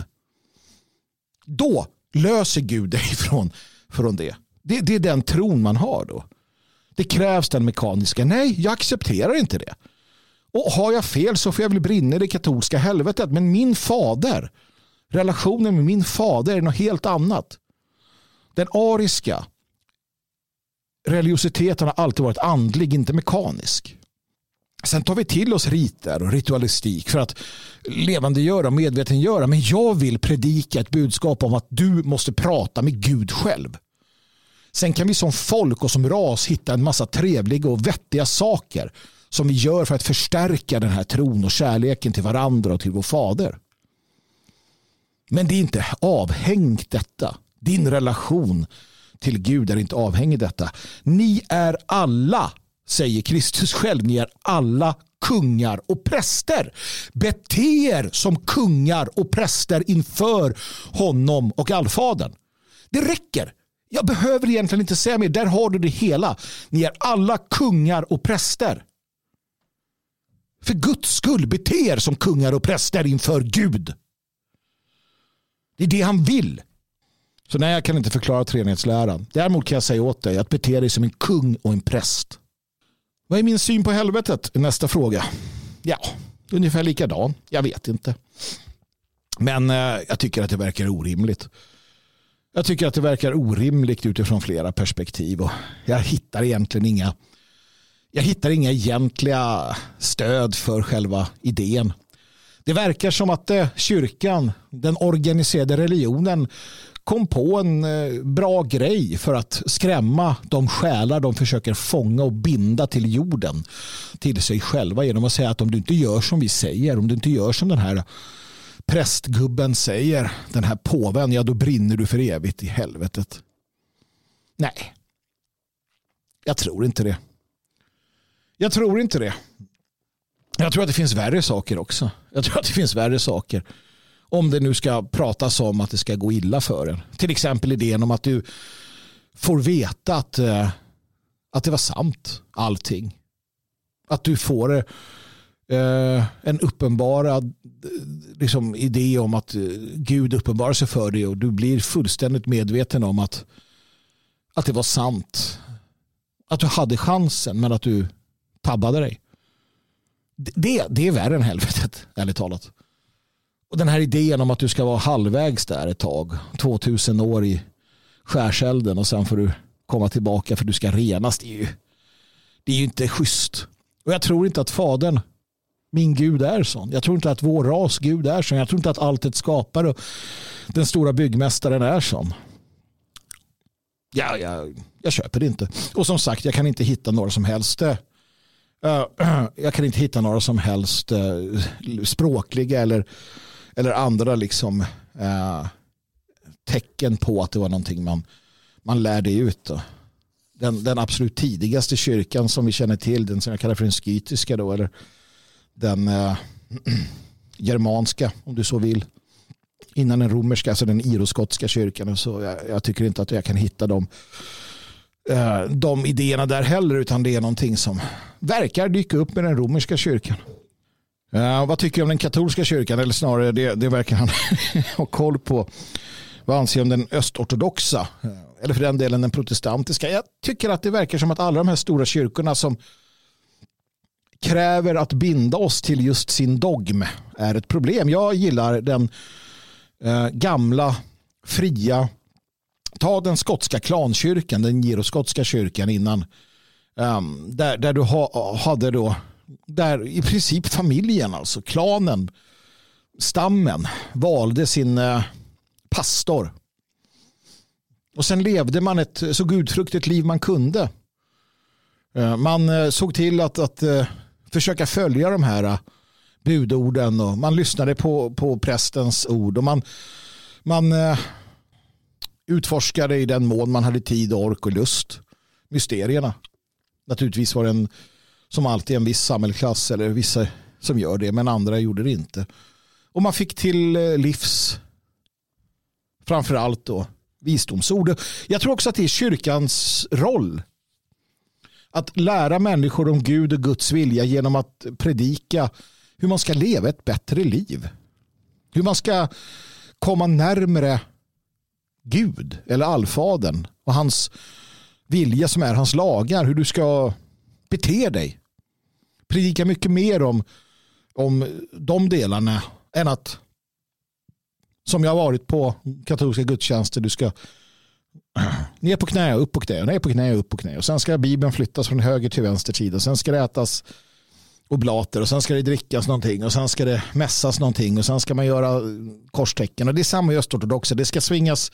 Då löser Gud dig från det. Det är den tron man har då. Det krävs den mekaniska. Nej, jag accepterar inte det. Och har jag fel så får jag väl brinna i det katolska helvetet. Men min fader, relationen med min fader är något helt annat. Den ariska religiositeten har alltid varit andlig, inte mekanisk. Sen tar vi till oss riter och ritualistik för att levandegöra och medvetengöra. Men jag vill predika ett budskap om att du måste prata med Gud själv. Sen kan vi som folk och som ras hitta en massa trevliga och vettiga saker som vi gör för att förstärka den här tron och kärleken till varandra och till vår fader. Men det är inte avhängigt detta. Din relation till Gud är inte avhängig detta. Ni är alla, säger Kristus själv, ni är alla kungar och präster. Bete er som kungar och präster inför honom och allfadern. Det räcker. Jag behöver egentligen inte säga mer. Där har du det hela. Ni är alla kungar och präster. För Guds skull, bete er som kungar och präster inför Gud. Det är det han vill. Så nej, jag kan inte förklara treenighetsläran. Däremot kan jag säga åt dig att bete dig som en kung och en präst. Vad är min syn på helvetet? Nästa fråga. Ja, ungefär likadan. Jag vet inte. Men jag tycker att det verkar orimligt. Jag tycker att det verkar orimligt utifrån flera perspektiv. Och jag hittar inga egentliga stöd för själva idén. Det verkar som att kyrkan, den organiserade religionen, kom på en bra grej för att skrämma de själar de försöker fånga och binda till jorden, till sig själva, genom att säga att om du inte gör som vi säger, om du inte gör som den här prästgubben säger, den här påven, ja då brinner du för evigt i helvetet. Nej, jag tror inte det. Jag tror att det finns värre saker också. Jag tror att det finns värre saker. Om det nu ska pratas om att det ska gå illa för en. Till exempel idén om att du får veta att det var sant, allting. Att du får en uppenbarad liksom, idé om att Gud uppenbarar sig för dig och du blir fullständigt medveten om att det var sant. Att du hade chansen men att du tabbade dig. Det är värre än helvetet, ärligt talat. Och den här idén om att du ska vara halvvägs där ett tag, 2000 år i skärselden och sen får du komma tillbaka för du ska renas, det är ju inte schysst. Och jag tror inte att fadern, min Gud, är sån. Jag tror inte att vår ras Gud är sån. Jag tror inte att allt ett skapare och den stora byggmästaren är sån. Jag köper det inte. Och som sagt, jag kan inte hitta några som helst språkliga eller andra liksom tecken på att det var någonting man lärde ut då. Den absolut tidigaste kyrkan som vi känner till, den som jag kallar för den skytiska då, eller den germanska om du så vill, innan den romerska, alltså den iroskotska kyrkan, så jag tycker inte att jag kan hitta de idéerna där heller, utan det är någonting som verkar dyka upp med den romerska kyrkan. Vad tycker du om den katolska kyrkan, eller snarare det verkar han ha koll på. Vad anser du om den östortodoxa eller för den delen den protestantiska? Jag tycker att det verkar som att alla de här stora kyrkorna som kräver att binda oss till just sin dogm är ett problem. Jag gillar den gamla, fria, ta den skotska klankyrkan, den giroskotska kyrkan innan, där du hade då, där i princip familjen, alltså klanen, stammen, valde sin pastor. Och sen levde man ett så gudfruktigt liv man kunde. Man såg till att försöka följa de här budorden, och man lyssnade på prästens ord, och man utforskade i den mån man hade tid, ork och lust mysterierna. Naturligtvis var det som alltid en viss samhällsklass, eller vissa som gör det, men andra gjorde det inte. Och man fick till livs framförallt då visdomsord. Jag tror också att det är kyrkans roll att lära människor om Gud och Guds vilja genom att predika hur man ska leva ett bättre liv. Hur man ska komma närmare Gud eller allfadern och hans vilja som är hans lagar. Hur du ska bete dig. Predika mycket mer om de delarna än att, som jag har varit på katolska gudstjänster, du ska ner på knä, upp på knä, ner på knä, upp på knä. Och sen ska Bibeln flyttas från höger till vänster sida. Och sen ska det ätas oblater, och sen ska det drickas någonting, och sen ska det mässas någonting, och sen ska man göra korstecken. Och det är samma i östortodoxa. Det ska svingas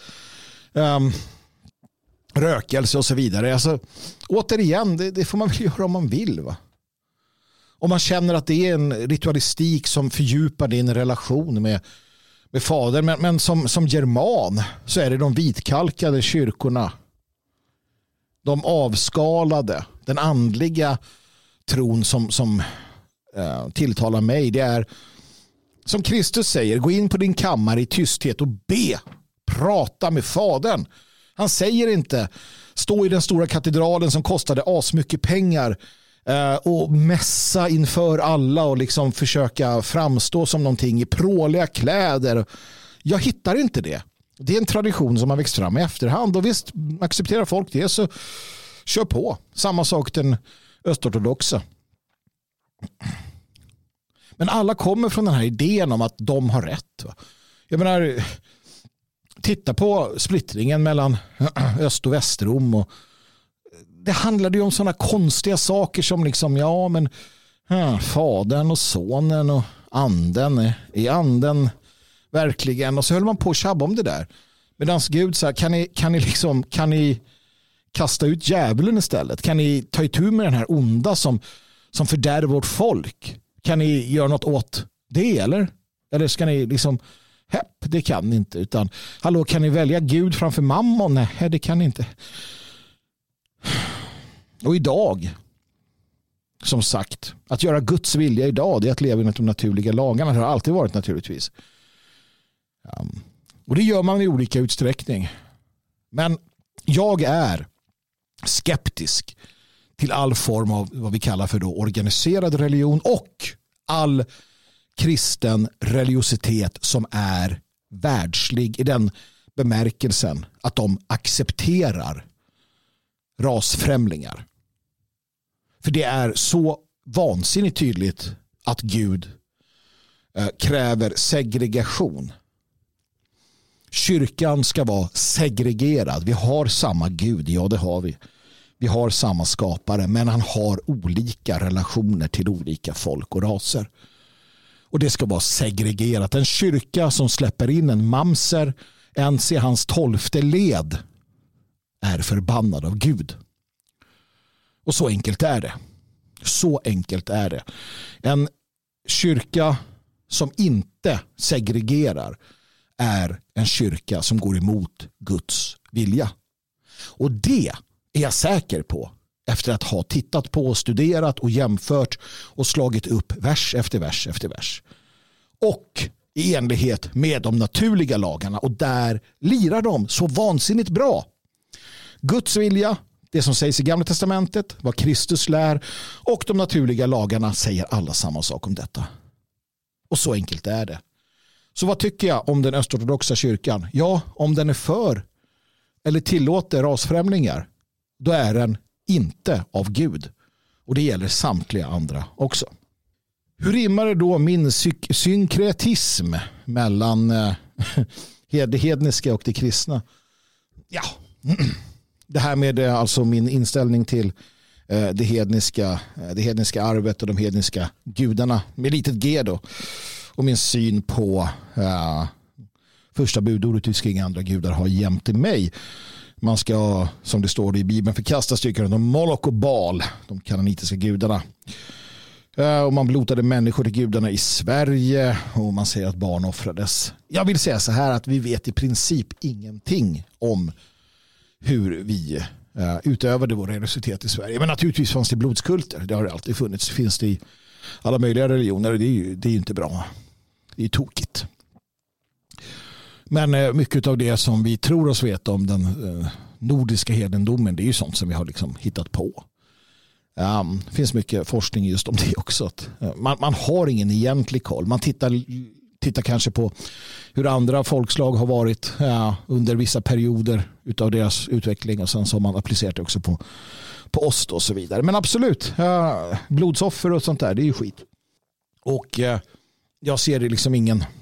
rökelse och så vidare. Alltså, återigen, det får man väl göra om man vill, va? Om man känner att det är en ritualistik som fördjupar din relation med fadern. Men som german så är det de vitkalkade kyrkorna, de avskalade, den andliga tron som tilltalar mig. Det är som Kristus säger, gå in på din kammare i tysthet och be, prata med fadern. Han säger inte stå i den stora katedralen som kostade asmycket pengar och mässa inför alla och liksom försöka framstå som någonting i pråliga kläder. Jag hittar inte det. Det är en tradition som har växt fram i efterhand, och visst, accepterar folk det så kör på. Samma sak den östortodoxa. Men alla kommer från den här idén om att de har rätt. Va? Jag menar, titta på splittringen mellan Öst- och Västrom. Och det handlade ju om sådana konstiga saker som liksom, fadern och sonen och anden. Är anden verkligen? Och så höll man på att tjabba om det där. Medan Gud sa, kan ni kasta ut djävulen istället? Kan ni ta itu med den här onda som fördärvar vårt folk? Kan ni göra något åt det, eller? Eller ska ni liksom, det kan ni inte. Utan, kan ni välja Gud framför mammon? Nej, det kan ni inte. Och idag, som sagt, att göra Guds vilja idag, det är att leva enligt de naturliga lagarna. Det har alltid varit naturligtvis. Och det gör man i olika utsträckning. Men jag är skeptisk till all form av vad vi kallar för då organiserad religion och all kristen religiositet som är världslig i den bemärkelsen att de accepterar rasfrämlingar. För det är så vansinnigt tydligt att Gud kräver segregation. Kyrkan ska vara segregerad. Vi har samma Gud, ja det har vi. Vi har samma skapare, men han har olika relationer till olika folk och raser. Och det ska vara segregerat. En kyrka som släpper in en mamser ens i hans 12:e led är förbannad av Gud. Och så enkelt är det. Så enkelt är det. En kyrka som inte segregerar är en kyrka som går emot Guds vilja. Och det är jag säker på efter att ha tittat på, studerat och jämfört och slagit upp vers efter vers efter vers. Och i enlighet med de naturliga lagarna, och där lirar de så vansinnigt bra. Guds vilja, det som sägs i Gamla testamentet, vad Kristus lär, och de naturliga lagarna säger alla samma sak om detta. Och så enkelt är det. Så vad tycker jag om den östortodoxa kyrkan? Ja, om den är för eller tillåter rasfrämlingar, då är den inte av Gud. Och det gäller samtliga andra också. Hur rimmar det då min synkretism mellan det hedniska och det kristna? Ja, det här med alltså min inställning till det hedniska arvet och de hedniska gudarna med litet g då. Och min syn på första budordet, du ska inga andra gudar ha jämte mig. Man ska, som det står i Bibeln, förkasta stycken om Moloch och Baal, de kananitiska gudarna. Och man blotade människor till gudarna i Sverige, och man säger att barn offrades. Jag vill säga så här att vi vet i princip ingenting om hur vi utövade vår religiositet i Sverige. Men naturligtvis fanns det blodskulter. Det har alltid funnits. Finns det i alla möjliga religioner. Det är ju inte bra. Det är tokigt. Men mycket av det som vi tror oss veta om den nordiska hedendomen, det är ju sånt som vi har liksom hittat på. Det finns mycket forskning just om det också. Att man har ingen egentlig koll. Man tittar kanske på hur andra folkslag har varit under vissa perioder utav deras utveckling, och sen så har man applicerat det också på oss och så vidare. Men absolut, blodsoffer och sånt där, det är ju skit. Och jag ser det liksom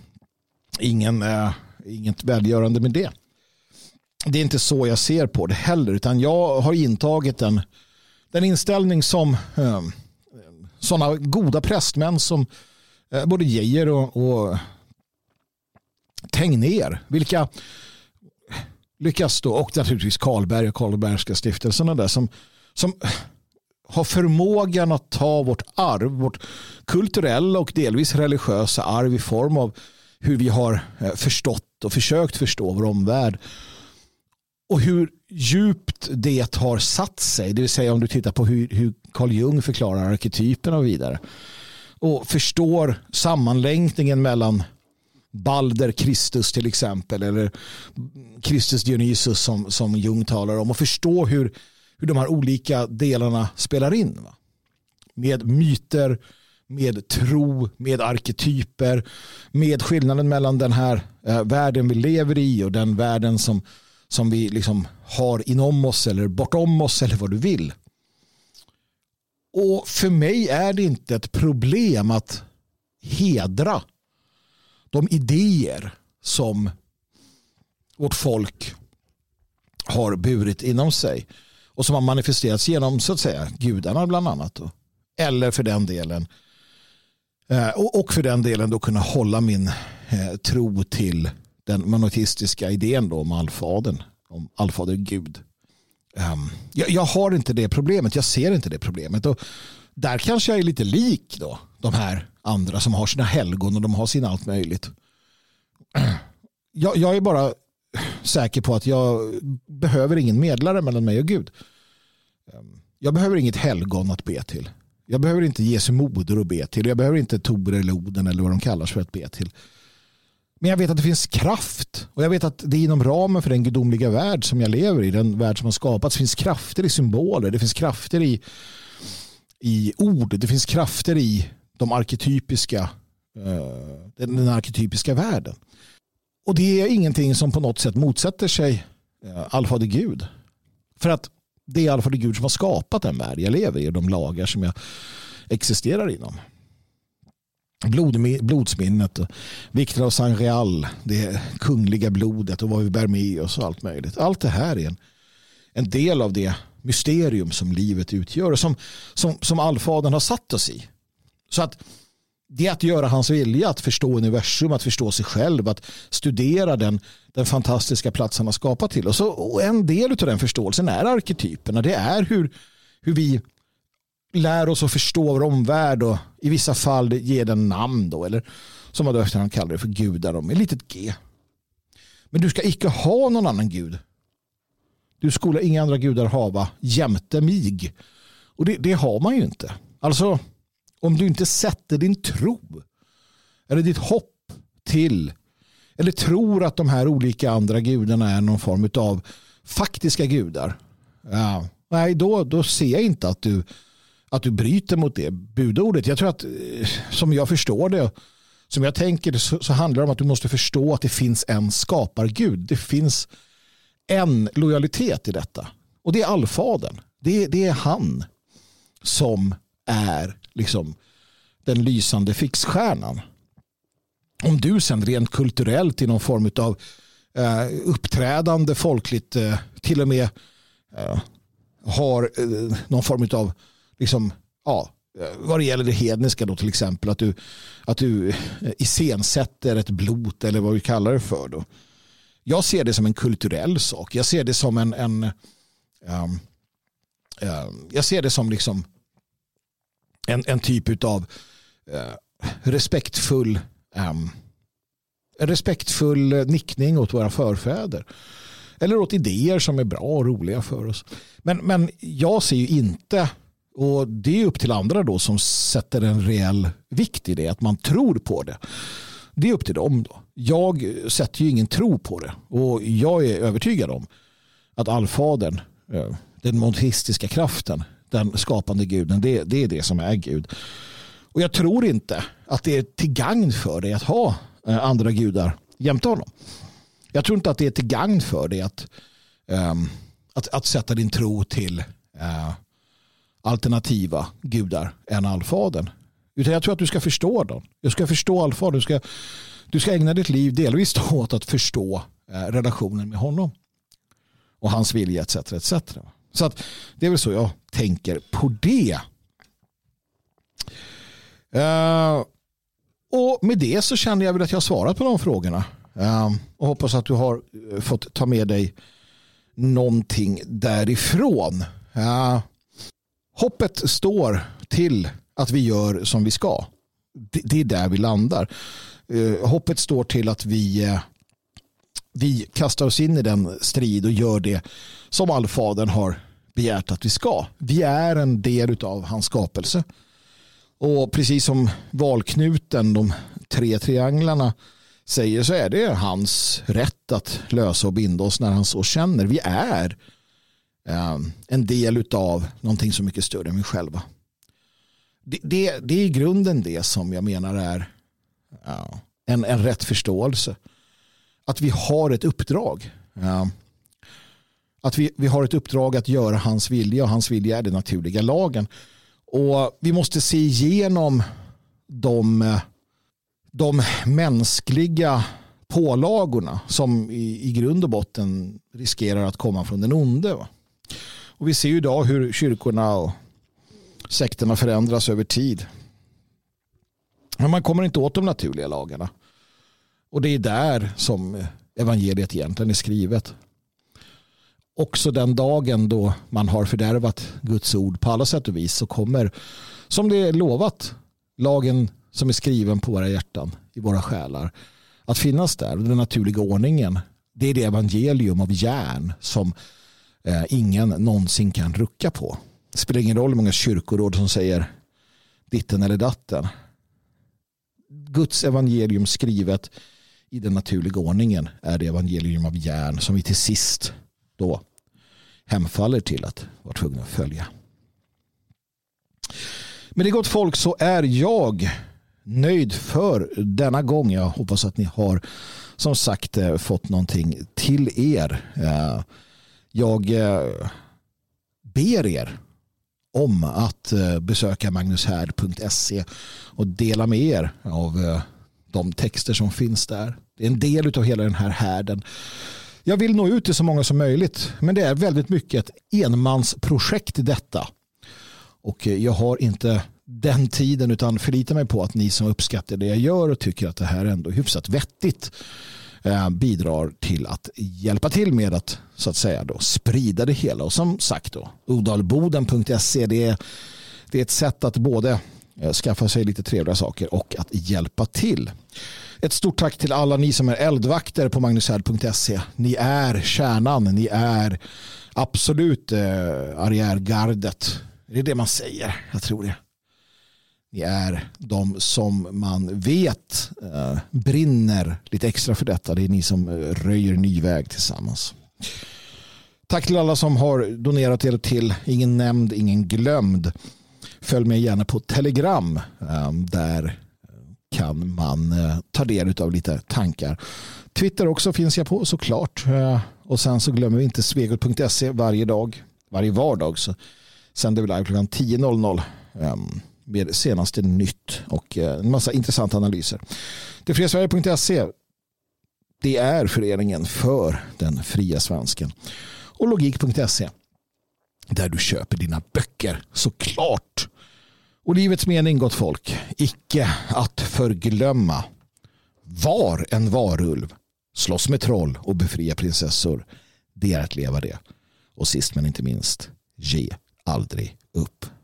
inget välgörande med det. Det är inte så jag ser på det heller, utan jag har intagit den inställning som sådana goda prästmän som både Geijer och Tegnér, vilka lyckas då, och naturligtvis Karlberg och Karlbergska stiftelserna där, som har förmågan att ta vårt arv, vårt kulturella och delvis religiösa arv i form av hur vi har förstått och försökt förstå vår omvärld, och hur djupt det har satt sig. Det vill säga om du tittar på hur Carl Jung förklarar arketyperna och vidare, och förstår sammanlänkningen mellan Balder, Kristus till exempel, eller Kristus Dionysus som Jung talar om, och förstå hur de här olika delarna spelar in. Va? Med myter, med tro, med arketyper, med skillnaden mellan den här världen vi lever i och den världen som vi liksom har inom oss eller bortom oss eller vad du vill. Och för mig är det inte ett problem att hedra de idéer som vårt folk har burit inom sig och som har manifesterats genom så att säga gudarna bland annat då. Eller för den delen och för den delen då kunna hålla min tro till den monoteistiska idén då om allfadern, om allfader Gud. Jag har inte det problemet, jag ser inte det problemet och där kanske jag är lite lik då de här andra som har sina helgon och de har sina allt möjligt. Jag är bara säker på att jag behöver ingen medlare mellan mig och Gud. Jag behöver inget helgon att be till. Jag behöver inte Jesu moder att be till. Jag behöver inte Tor eller Oden eller vad de kallas för att be till. Men jag vet att det finns kraft och jag vet att det är inom ramen för den gudomliga värld som jag lever i, den värld som har skapats, finns krafter i symboler, det finns krafter i ord, det finns krafter i de arketypiska den arketypiska världen. Och det är ingenting som på något sätt motsätter sig allfader Gud. För att det är allfader Gud som har skapat den värld jag lever i och de lagar som jag existerar inom. Blodsminnet och Victor av San Real, det kungliga blodet och vad vi bär med oss och allt möjligt. Allt det här är en del av det mysterium som livet utgör och som allfadern har satt oss i. Så att det är att göra hans vilja, att förstå universum, att förstå sig själv, att studera den fantastiska plats han har skapat till oss. Och en del av den förståelsen är arketyperna. Det är hur vi lär oss att förstå vår omvärld och i vissa fall ge den namn då, eller som man då efterhand kallar det för gudar med litet g. Men du ska icke ha någon annan gud. Du skulle inga andra gudar hava jämte mig. Och det har man ju inte. Alltså, om du inte sätter din tro eller ditt hopp till eller tror att de här olika andra gudarna är någon form av faktiska gudar. Ja, nej, då ser jag inte att du bryter mot det budordet. Jag tror att som jag förstår det, som jag tänker så handlar det om att du måste förstå att det finns en skapargud. Det finns en lojalitet i detta. Och det är allfadern. Det är han som är liksom den lysande fixstjärnan. Om du sen rent kulturellt i någon form av uppträdande folkligt till och med har någon form av liksom, vad det gäller det hedniska då till exempel att du iscensätter ett blot eller vad vi kallar det för då. Jag ser det som en kulturell sak. Jag ser det som jag ser det som liksom en typ av respektfull nickning åt våra förfäder. Eller åt idéer som är bra och roliga för oss. Men jag ser ju inte, och det är upp till andra då som sätter en reell vikt i det, att man tror på det. Det är upp till dem då. Jag sätter ju ingen tro på det. Och jag är övertygad om att allfadern, den monoteistiska kraften, den skapande guden, det är det som är Gud. Och jag tror inte att det är till gagn för dig att ha andra gudar jämte honom. Jag tror inte att det är till gagn för dig att sätta din tro till alternativa gudar än allfadern. Utan jag tror att du ska förstå dem. Du ska förstå allfadern. Du ska ägna ditt liv delvis åt att förstå relationen med honom. Och hans vilja etc. etc. Så att det är väl så jag tänker på det. Och med det så känner jag väl att jag har svarat på de frågorna. Och hoppas att du har fått ta med dig någonting därifrån. Hoppet står till att vi gör som vi ska. Det är där vi landar. Hoppet står till att vi kastar oss in i den strid och gör det som allfadern har begärt att vi ska. Vi är en del av hans skapelse. Och precis som valknuten, de 3 trianglarna säger, så är det hans rätt att lösa och binda oss när han så känner. Vi är en del av någonting så mycket större än vi själva. Det är i grunden det som jag menar är en rätt förståelse. Att vi har ett uppdrag. Att vi har ett uppdrag att göra hans vilja, och hans vilja är den naturliga lagen. Och vi måste se igenom de mänskliga pålagorna som i grund och botten riskerar att komma från den onde. Va? Och vi ser ju idag hur kyrkorna och sekterna förändras över tid. Men man kommer inte åt de naturliga lagarna. Och det är där som evangeliet egentligen är skrivet. Också den dagen då man har fördärvat Guds ord på alla sätt och vis, så kommer, som det är lovat, lagen som är skriven på våra hjärtan, i våra själar, att finnas där. Den naturliga ordningen, det är det evangelium av järn som ingen någonsin kan rucka på. Det spelar ingen roll hur många kyrkoråd som säger ditten eller datten. Guds evangelium skrivet i den naturliga ordningen är det evangelium av järn som vi till sist då hemfaller till att vara tvungna att följa. Men det gott folk, så är jag nöjd för denna gång. Jag hoppas att ni har som sagt fått någonting till er. Jag ber er om att besöka magnushärd.se och dela med er av de texter som finns där. Det är en del av hela den här härden. Jag vill nå ut till så många som möjligt, men det är väldigt mycket ett enmansprojekt i detta. Och jag har inte den tiden, utan förlitar mig på att ni som uppskattar det jag gör och tycker att det här ändå är hyfsat vettigt bidrar till att hjälpa till med att, så att säga, då sprida det hela. Och som sagt då, odalboden.se, det är ett sätt att både skaffa sig lite trevliga saker och att hjälpa till. Ett stort tack till alla ni som är eldvakter på magnushärd.se. Ni är kärnan, ni är absolut arriärgardet. Det är det man säger, jag tror det. Ni är de som man vet brinner lite extra för detta. Det är ni som röjer ny väg tillsammans. Tack till alla som har donerat er till ingen nämnd, ingen glömd. Följ mig gärna på Telegram. Där kan man ta del av lite tankar. Twitter också finns jag på, såklart. Och sen så glömmer vi inte svegot.se varje vardag så sänder vi live klockan 10.00 med senaste nytt och en massa intressanta analyser. Detfriasverige.se, det är föreningen för den fria svensken. Och logik.se, där du köper dina böcker, såklart. Och livets mening, gott folk, icke att förglömma. Var en varulv, slåss med troll och befria prinsessor. Det är att leva det. Och sist men inte minst, ge aldrig upp.